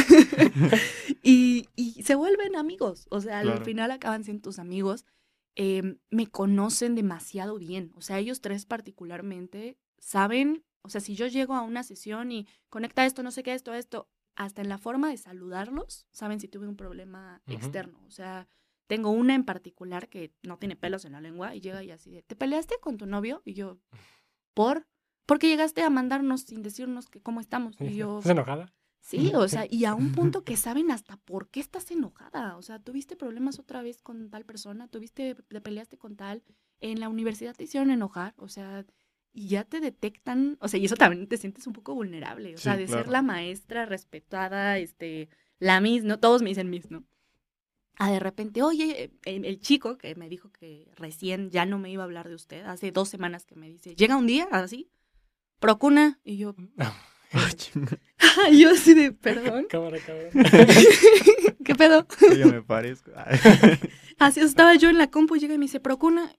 y, y se vuelven amigos. O sea, Claro. al final acaban siendo tus amigos. Eh, me conocen demasiado bien. O sea, ellos tres particularmente saben. O sea, si yo llego a una sesión y conecta esto, no sé qué, esto, esto, hasta en la forma de saludarlos, saben si tuve un problema Ujú. externo. O sea, tengo una en particular que no tiene pelos en la lengua y llega y así de, ¿te peleaste con tu novio? Y yo, ¿por? Porque llegaste a mandarnos sin decirnos que cómo estamos. Y yo, ¿Estás enojada? sí, o sea, y a un punto que saben hasta por qué estás enojada. O sea, tuviste problemas otra vez con tal persona, tuviste, te peleaste con tal, en la universidad te hicieron enojar, o sea, y ya te detectan, o sea, y eso también te sientes un poco vulnerable, o sea, Sí, de claro. ser la maestra respetada, este, la Miss, ¿no? Todos me dicen Miss, ¿no? Ah, de repente, oye, el, el chico que me dijo que recién ya no me iba a hablar de usted, hace dos semanas que me dice, llega un día, así, procuna, y yo, Ay, chinga. y yo así de, perdón, Cámara, cabrón. ¿qué pedo? Que yo me parezco. Ay. Así estaba yo en la compu y llega y me dice, procuna,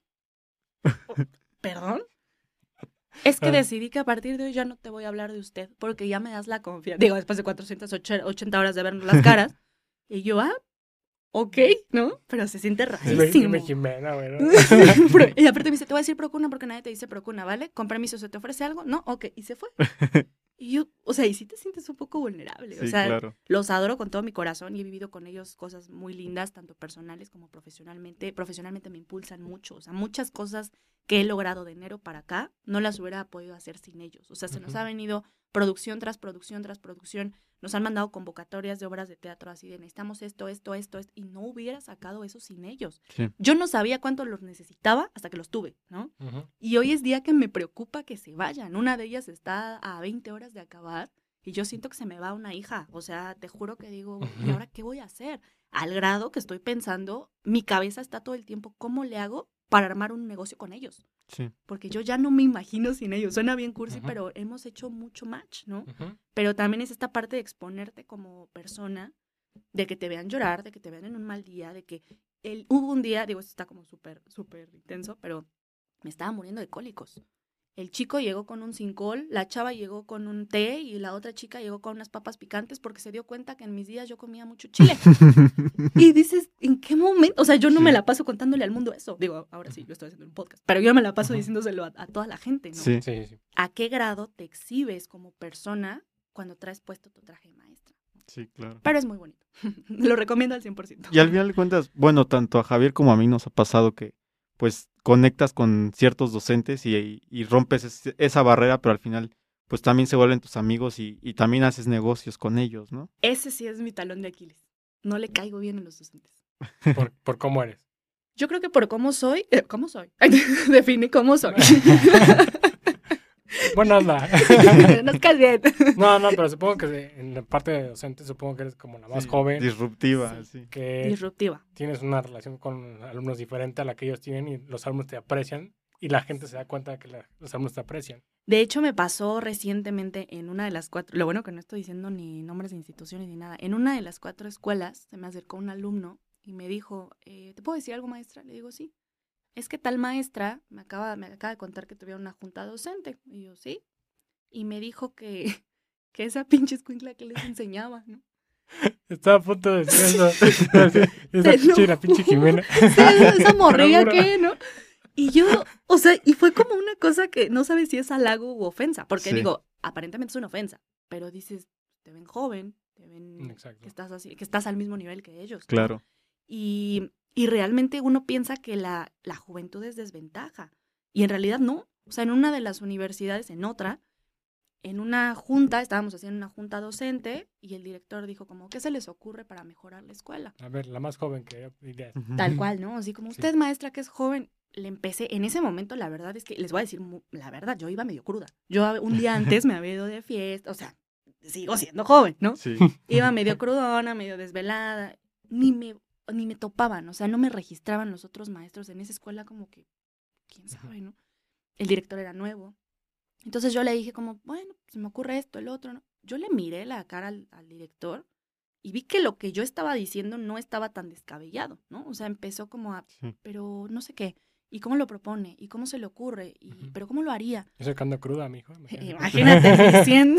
¿perdón? Es que Ah. decidí que a partir de hoy ya no te voy a hablar de usted, porque ya me das la confianza. Digo, después de cuatrocientas ochenta horas de vernos las caras. Y yo, ah, ok, ¿no? Pero se siente Dime, rarísimo. dime Jimena, güey. ¿no? Pero- y aparte me dice, te voy a decir procuna porque nadie te dice procuna, ¿vale? Con permiso, ¿se te ofrece algo? No, ok, y se fue. Y yo, o sea, y sí te sientes un poco vulnerable. Sí, o sea, claro. los adoro con todo mi corazón y he vivido con ellos cosas muy lindas, tanto personales como profesionalmente. Profesionalmente me impulsan mucho. O sea, muchas cosas que he logrado de enero para acá no las hubiera podido hacer sin ellos. O sea, se nos Ujú. ha venido producción tras producción tras producción. Nos han mandado convocatorias de obras de teatro así de necesitamos esto, esto, esto, esto. Y no hubiera sacado eso sin ellos. Sí. Yo no sabía cuánto los necesitaba hasta que los tuve, ¿no? Ujú. Y hoy es día que me preocupa que se vayan. Una de ellas está a veinte horas de acabar y yo siento que se me va una hija. O sea, te juro que digo, ¿y ahora qué voy a hacer? Al grado que estoy pensando, mi cabeza está todo el tiempo, ¿cómo le hago para armar un negocio con ellos? Sí. Porque yo ya no me imagino sin ellos. Suena bien cursi, Ujú. pero hemos hecho mucho match, ¿no? Ujú. Pero también es esta parte de exponerte como persona, de que te vean llorar, de que te vean en un mal día, de que el, hubo un día, digo, esto está como súper, súper intenso, pero me estaba muriendo de cólicos. El chico llegó con un Sincol, la chava llegó con un té y la otra chica llegó con unas papas picantes porque se dio cuenta que en mis días yo comía mucho chile. Y dices, ¿en qué momento? O sea, yo no Sí. me la paso contándole al mundo eso. Digo, ahora sí, lo estoy haciendo en un podcast, pero yo me la paso Ujú. diciéndoselo a, a toda la gente, ¿no? Sí. Sí, sí. ¿A qué grado te exhibes como persona cuando traes puesto tu traje de maestra? Sí, claro. Pero es muy bonito. Lo recomiendo al cien por ciento. Y al final de cuentas, bueno, tanto a Javier como a mí nos ha pasado que, pues, conectas con ciertos docentes y, y rompes es- esa barrera, pero al final, pues, también se vuelven tus amigos y, y también haces negocios con ellos, ¿no? Ese sí es mi talón de Aquiles. No le caigo bien a los docentes. Por, por cómo eres. Yo creo que por cómo soy, eh, ¿cómo soy? Define cómo soy. Bueno, anda. Nos caes bien. No, no, pero supongo que de- en la parte de docente, supongo que eres como la más Sí, joven, Disruptiva, Sí. sí. que Disruptiva. tienes una relación con alumnos diferente a la que ellos tienen y los alumnos te aprecian y la gente se da cuenta de que la- los alumnos te aprecian. De hecho, me pasó recientemente en una de las cuatro, lo bueno que no estoy diciendo ni nombres de instituciones ni nada, en una de las cuatro escuelas se me acercó un alumno y me dijo, eh, ¿te puedo decir algo, maestra? Le digo, sí. Es que tal maestra me acaba, me acaba de contar que tuvieron una junta docente. Y yo, sí. Y me dijo que, que esa pinche escuincla que les enseñaba, ¿no? Estaba a punto de decir eso. Esa Te pinche, lo la pinche Jimena. Sí, esa morrilla Te lo juro. que, ¿no? Y yo, o sea, y fue como una cosa que no sabes si es halago u ofensa, porque Sí. digo, aparentemente es una ofensa, pero dices, te ven joven, te ven Exacto. que estás así, que estás al mismo nivel que ellos. ¿no? Claro. Y, y realmente uno piensa que la, la juventud es desventaja, y en realidad no. O sea, en una de las universidades, en otra, en una junta, estábamos haciendo una junta docente, y el director dijo como, ¿qué se les ocurre para mejorar la escuela? A ver, la más joven que ideas. Tal cual, ¿no? Así como Sí. usted, maestra, que es joven, le empecé, en ese momento, la verdad es que, les voy a decir la verdad, yo iba medio cruda. Yo un día antes me había ido de fiesta, o sea, sigo siendo joven, ¿no? Sí. Iba medio crudona, medio desvelada, ni me, ni me topaban, o sea, no me registraban los otros maestros en esa escuela como que, quién sabe, ¿no? El director era nuevo. Entonces yo le dije como, bueno, se me ocurre esto, el otro, ¿no? Yo le miré la cara al, al director y vi que lo que yo estaba diciendo no estaba tan descabellado, ¿no? O sea, empezó como a, Sí. pero no sé qué, ¿y cómo lo propone? ¿Y cómo se le ocurre? ¿Y Ujú. pero cómo lo haría? Yo soy cando cruda, mijo. Imagínate, diciendo.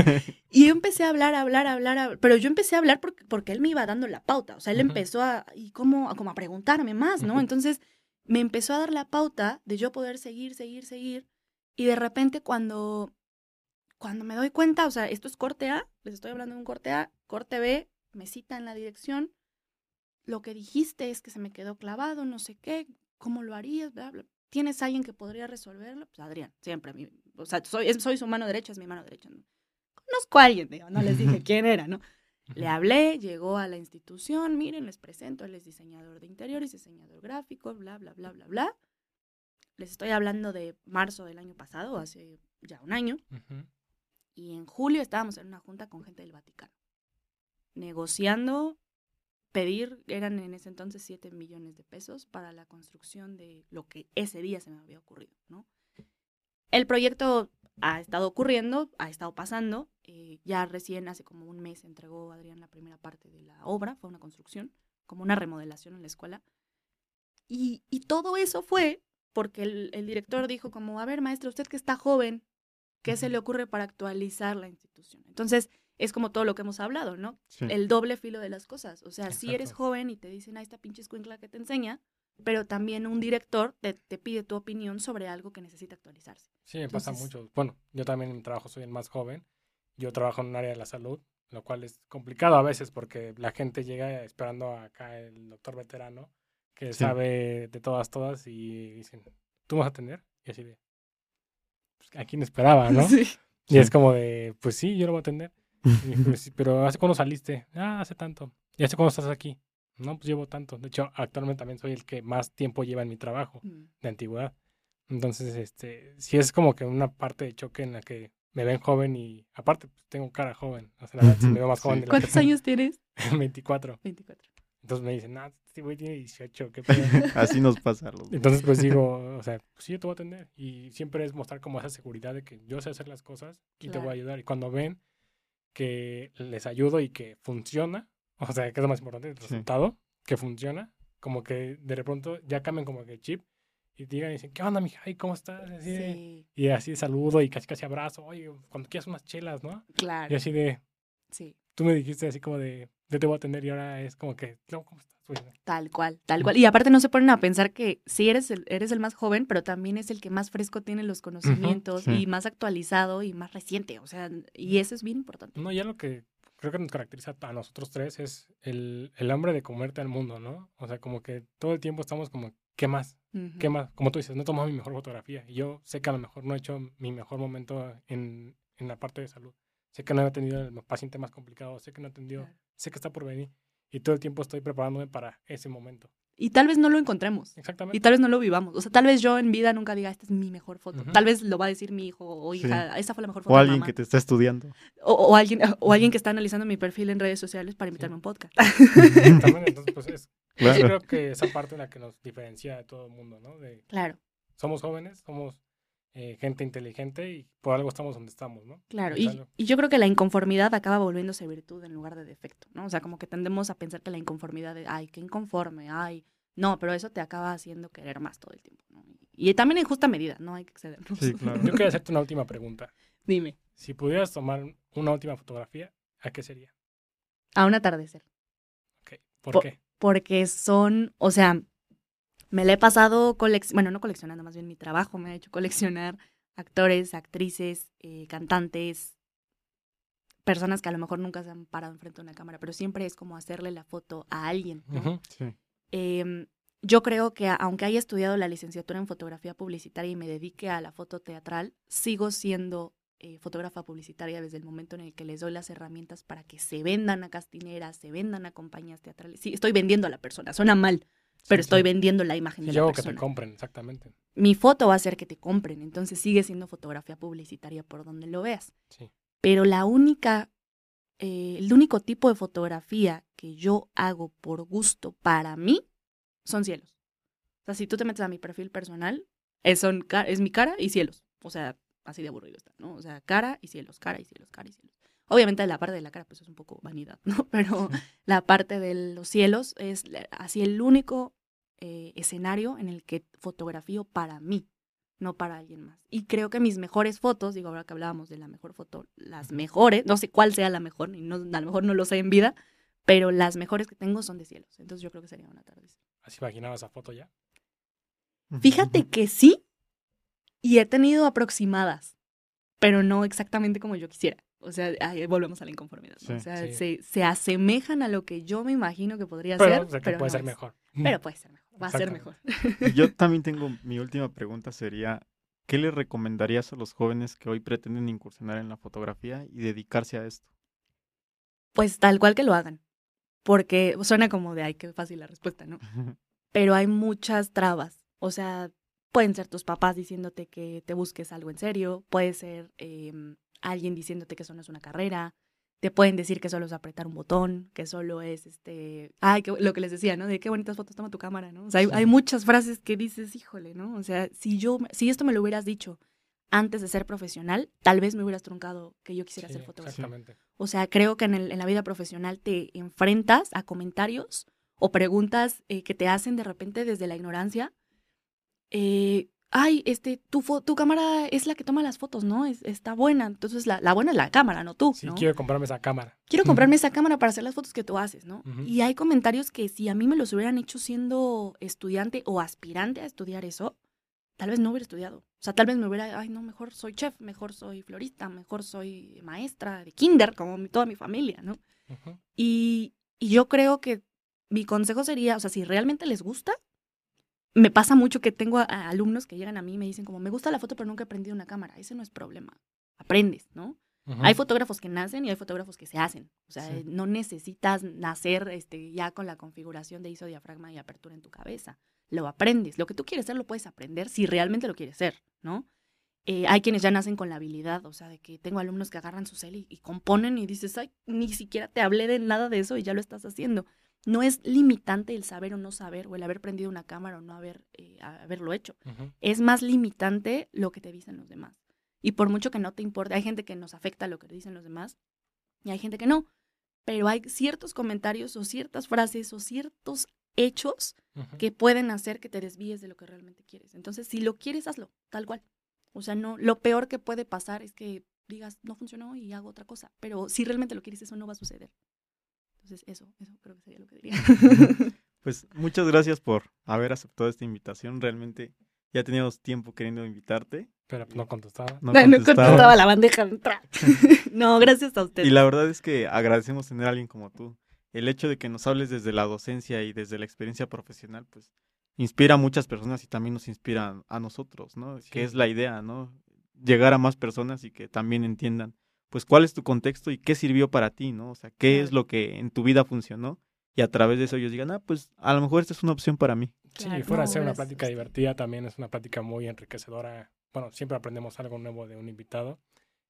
Y yo empecé a hablar, a hablar, a hablar, a hablar, pero yo empecé a hablar porque, porque él me iba dando la pauta, o sea, él Ujú. empezó a, y como, a, como a preguntarme más, ¿no? Ujú. Entonces, me empezó a dar la pauta de yo poder seguir, seguir, seguir, y de repente cuando, cuando me doy cuenta, o sea, esto es corte A, les estoy hablando de un corte A, corte B, me cita en la dirección, lo que dijiste es que se me quedó clavado, no sé qué, ¿cómo lo harías? Bla, bla. ¿Tienes alguien que podría resolverlo? Pues Adrián, siempre. Mi, o sea, soy, soy su mano derecha, es mi mano derecha. ¿No? Conozco a alguien, digo, no les dije quién era, ¿no? Le hablé, llegó a la institución, miren, les presento, él es diseñador de interiores, diseñador gráfico, bla, bla, bla, bla, bla. Les estoy hablando de marzo del año pasado, hace ya un año. Ujú. Y en julio estábamos en una junta con gente del Vaticano, negociando, pedir, eran en ese entonces siete millones de pesos para la construcción de lo que ese día se me había ocurrido, ¿no? El proyecto ha estado ocurriendo, ha estado pasando, eh, ya recién hace como un mes entregó Adrián la primera parte de la obra, fue una construcción, como una remodelación en la escuela. Y, y todo eso fue porque el, el director dijo como, a ver, maestra, usted que está joven, ¿qué se le ocurre para actualizar la institución? Entonces, es como todo lo que hemos hablado, ¿no? Sí. El doble filo de las cosas. O sea, si Exacto. eres joven y te dicen, ah, esta pinche escuincla que te enseña, pero también un director te, te pide tu opinión sobre algo que necesita actualizarse. Sí, me pasa Entonces- mucho. Bueno, yo también en mi trabajo soy el más joven. Yo trabajo en un área de la salud, lo cual es complicado a veces porque la gente llega esperando acá el doctor veterano que Sí. sabe de todas, todas y dicen, ¿tú me vas a atender? Y así de, pues, ¿a quién esperaba, no? Sí. Y es como de, pues sí, yo lo voy a atender. Y me dijo, "Sí, pero ¿hace cuándo saliste? Ah, hace tanto. ¿Y hace cuándo estás aquí? No, pues llevo tanto. De hecho, actualmente también soy el que más tiempo lleva en mi trabajo Mm, de antigüedad. Entonces, este, sí es como que una parte de choque en la que me ven joven y aparte pues, tengo cara joven. O sea, la verdad sí me veo más Sí. joven de la ¿Cuántos que años tienes? tengo. veinticuatro. veinticuatro. Entonces me dicen, ah, este güey tiene dieciocho, qué pedo. Así nos pasa a los dos. Entonces pues digo, o sea, pues sí, yo te voy a atender. Y siempre es mostrar como esa seguridad de que yo sé hacer las cosas y te voy a Claro. ayudar. Y cuando ven que les ayudo y que funciona, o sea, que es lo más importante, el Sí. resultado, que funciona, como que de pronto ya cambian como que el chip y digan y dicen, ¿qué onda, mija? Ay, ¿cómo estás? Así de- Sí, y así saludo y casi casi abrazo, oye, cuando quieras unas chelas, ¿no? Y claro. así de, Sí. tú me dijiste así como de, yo te voy a atender y ahora es como que, no, ¿cómo estás? Oye, Tal cual, tal cual. Y aparte no se ponen a pensar que sí eres el, eres el más joven, pero también es el que más fresco tiene los conocimientos sí. y más actualizado y más reciente. O sea, y eso es bien importante. no, ya lo que creo que nos caracteriza a nosotros tres es el, el hambre de comerte al mundo, ¿no? O sea, como que todo el tiempo estamos como, ¿qué más? Ujú. ¿Qué más? Como tú dices, no he tomado mi mejor fotografía. Y yo sé que a lo mejor no he hecho mi mejor momento en, en la parte de salud. Sé que no he tenido el paciente más complicado. Sé que no he tenido, Claro. sé que está por venir. Y todo el tiempo estoy preparándome para ese momento. Y tal vez no lo encontremos. Exactamente. Y tal vez no lo vivamos. O sea, tal vez yo en vida nunca diga, esta es mi mejor foto. Ujú. Tal vez lo va a decir mi hijo o Sí. hija, esta fue la mejor foto O de alguien mamá. que te está estudiando. O, o alguien, o alguien que está analizando mi perfil en redes sociales para invitarme a un podcast. Exactamente. Entonces, pues es, yo sí Claro. creo que esa parte es la que nos diferencia de todo el mundo, ¿no? De, Claro, somos jóvenes, somos eh, gente inteligente y por algo estamos donde estamos, ¿no? claro. Es Y, algo- y yo creo que la inconformidad acaba volviéndose virtud en lugar de defecto, ¿no? O sea, como que tendemos a pensar que la inconformidad es, ay, qué inconforme, ay. No, pero eso te acaba haciendo querer más todo el tiempo, ¿no? Y, y también en justa medida, no hay que excedernos. Sí, claro. Yo quería hacerte una última pregunta. Dime, Si pudieras tomar una última fotografía, ¿a qué sería? a un atardecer. Ok, ¿por Po- qué? Porque son, o sea, me la he pasado, colec bueno, no coleccionando, más bien mi trabajo me ha hecho coleccionar actores, actrices, eh, cantantes, personas que a lo mejor nunca se han parado enfrente de una cámara, pero siempre es como hacerle la foto a alguien, ¿no? Ujú. Sí. Eh, yo creo que aunque haya estudiado la licenciatura en fotografía publicitaria y me dedique a la foto teatral, sigo siendo eh, fotógrafa publicitaria desde el momento en el que les doy las herramientas para que se vendan a castineras, se vendan a compañías teatrales. Sí, estoy vendiendo a la persona, suena mal, pero Sí, estoy sí. vendiendo la imagen Y de la luego que te persona. compren, exactamente. Mi foto va a hacer que te compren, entonces sigue siendo fotografía publicitaria por donde lo veas. Sí. Pero la única, eh, el único tipo de fotografía que yo hago por gusto para mí son cielos. O sea, si tú te metes a mi perfil personal, es, son, ca- es mi cara y cielos. O sea, así de aburrido está, ¿no? O sea, cara y cielos, cara y cielos, cara y cielos. Obviamente la parte de la cara pues es un poco vanidad, ¿no? Pero la parte de los cielos es la- así el único eh, escenario en el que fotografío para mí, no para alguien más. Y creo que mis mejores fotos, digo, ahora que hablábamos de la mejor foto, las mejores, no sé cuál sea la mejor, y no, a lo mejor no lo sé en vida, pero las mejores que tengo son de cielos. Entonces yo creo que sería una tarde. ¿Así imaginaba esa foto ya? Fíjate que sí, y he tenido aproximadas, pero no exactamente como yo quisiera. O sea, ahí volvemos a la inconformidad, ¿no? Sí, O sea, sí. se, se asemejan a lo que yo me imagino que podría Pero, ser, o sea, que pero puede no ser es. mejor. Pero puede ser mejor, va a ser mejor. Exactamente. Y yo también tengo, mi última pregunta sería, ¿qué le recomendarías a los jóvenes que hoy pretenden incursionar en la fotografía y dedicarse a esto? Pues tal cual que lo hagan, porque suena como de, ay, qué fácil la respuesta, ¿no? Pero hay muchas trabas. O sea, pueden ser tus papás diciéndote que te busques algo en serio, puede ser eh, alguien diciéndote que eso no es una carrera, te pueden decir que solo es apretar un botón, que solo es este, ay, que, lo que les decía, ¿no? De qué bonitas fotos toma tu cámara, ¿no? O sea, hay, Sí. hay muchas frases que dices, híjole, ¿no? O sea, si yo, si esto me lo hubieras dicho antes de ser profesional, tal vez me hubieras truncado que yo quisiera Sí, ser fotógrafo. exactamente. O sea, creo que en, el, en la vida profesional te enfrentas a comentarios o preguntas eh, que te hacen de repente desde la ignorancia. Eh, ay, este, tu, fo- tu cámara es la que toma las fotos, ¿no? Es, está buena. Entonces, la, la buena es la cámara, no tú, Sí, ¿no? quiero comprarme esa cámara. Quiero comprarme esa cámara para hacer las fotos que tú haces, ¿no? Ujú. Y hay comentarios que si a mí me los hubieran hecho siendo estudiante o aspirante a estudiar eso, tal vez no hubiera estudiado. O sea, tal vez me hubiera, ay, no, mejor soy chef, mejor soy florista, mejor soy maestra de kinder, como mi- toda mi familia, ¿no? Ujú. Y, y yo creo que mi consejo sería, o sea, si realmente les gusta, me pasa mucho que tengo a, a alumnos que llegan a mí y me dicen como, me gusta la foto, pero nunca he aprendido una cámara. Ese no es problema. Aprendes, ¿no? Ujú. Hay fotógrafos que nacen y hay fotógrafos que se hacen. O sea, Sí. no necesitas nacer este, ya con la configuración de I S O, diafragma y apertura en tu cabeza. Lo aprendes. Lo que tú quieres ser lo puedes aprender si realmente lo quieres ser, ¿no? Eh, hay quienes ya nacen con la habilidad, o sea, de que tengo alumnos que agarran su cel y, y componen y dices, ay, ni siquiera te hablé de nada de eso y ya lo estás haciendo. No es limitante el saber o no saber, o el haber prendido una cámara o no haber, eh, haberlo hecho. Ujú. Es más limitante lo que te dicen los demás. Y por mucho que no te importe, hay gente que nos afecta lo que dicen los demás y hay gente que no. Pero hay ciertos comentarios o ciertas frases o ciertos hechos Ujú. que pueden hacer que te desvíes de lo que realmente quieres. Entonces, si lo quieres, hazlo, tal cual. O sea, no, lo peor que puede pasar es que digas, no funcionó y hago otra cosa. Pero si realmente lo quieres, eso no va a suceder. Entonces, eso, eso creo que sería lo que diría. Pues muchas gracias por haber aceptado esta invitación. Realmente ya teníamos tiempo queriendo invitarte. Pero no contestaba. No No, no contestaba. contestaba la bandeja de entrada. No, gracias a ustedes. Y la verdad es que agradecemos tener a alguien como tú. El hecho de que nos hables desde la docencia y desde la experiencia profesional, pues inspira a muchas personas y también nos inspira a nosotros, ¿no? Sí. Que es la idea, ¿no? Llegar a más personas y que también entiendan, pues, cuál es tu contexto y qué sirvió para ti, ¿no? O sea, qué Claro. es lo que en tu vida funcionó y a través de eso ellos digan, ah, pues, a lo mejor esta es una opción para mí. Sí, Claro, fuera de no, ser una gracias a plática usted. divertida, también es una plática muy enriquecedora. Bueno, siempre aprendemos algo nuevo de un invitado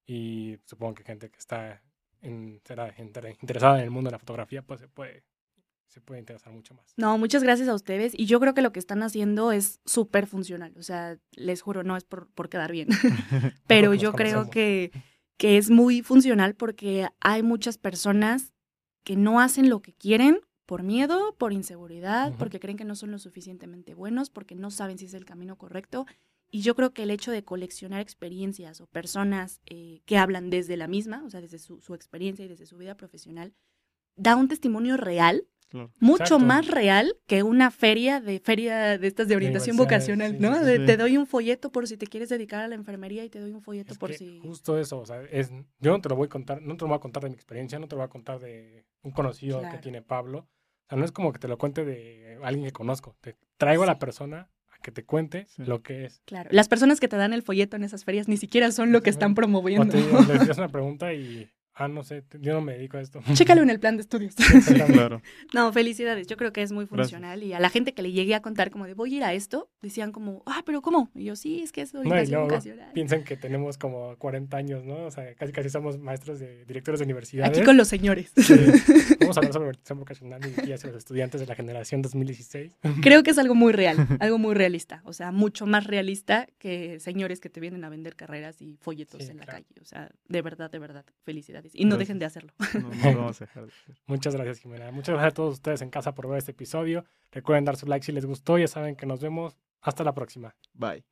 y supongo que gente que está en- será inter- interesada en el mundo de la fotografía, pues se puede, se puede interesar mucho más. No, muchas gracias a ustedes. Y yo creo que lo que están haciendo es súper funcional. O sea, les juro, no es por, por quedar bien. Pero Porque nos yo creo conocemos. que, que es muy funcional porque hay muchas personas que no hacen lo que quieren por miedo, por inseguridad, Ujú. porque creen que no son lo suficientemente buenos, porque no saben si es el camino correcto. Y yo creo que el hecho de coleccionar experiencias o personas eh, que hablan desde la misma, o sea, desde su, su experiencia y desde su vida profesional, da un testimonio real, Claro. mucho Exacto. más real que una feria de feria de estas de orientación universidades, vocacional, sí, ¿no? sí, De, sí. Te doy un folleto por si te quieres dedicar a la enfermería y te doy un folleto Es por que si... justo eso, o sea, es, yo no te lo voy a contar, no te lo voy a contar de mi experiencia, no te lo voy a contar de un conocido Claro. que tiene Pablo. O sea, no es como que te lo cuente de alguien que conozco. Te traigo a la Sí. persona a que te cuente Sí. lo que es. Claro, las personas que te dan el folleto en esas ferias ni siquiera son lo que están O promoviendo. te o le haces una pregunta y ah, no sé, yo no me dedico a esto. Chécalo en el plan de estudios. Claro. No, felicidades. Yo creo que es muy Gracias. funcional. Y a la gente que le llegué a contar como de voy a ir a esto, decían como, ah, pero ¿cómo? Y yo, sí, es que es No, y orientación luego vocacional. piensan que tenemos como cuarenta años, ¿no? O sea, casi casi somos maestros de directores de universidades. Aquí con los señores. Sí. Vamos a hablar sobre orientación vocacional y, y hacia los estudiantes de la generación dos mil dieciséis. Creo que es algo muy real, algo muy realista. O sea, mucho más realista que señores que te vienen a vender carreras y folletos Sí, en la claro. calle. O sea, de verdad, de verdad, felicidades. Y no Gracias. dejen de hacerlo. No, no lo vamos a dejar de hacer. Muchas gracias, Jimena. Muchas gracias a todos ustedes en casa por ver este episodio. Recuerden dar su like si les gustó. Ya saben que nos vemos. Hasta la próxima. Bye.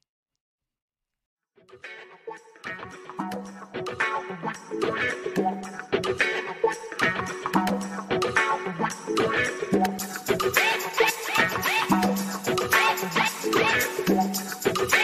We'll be right back.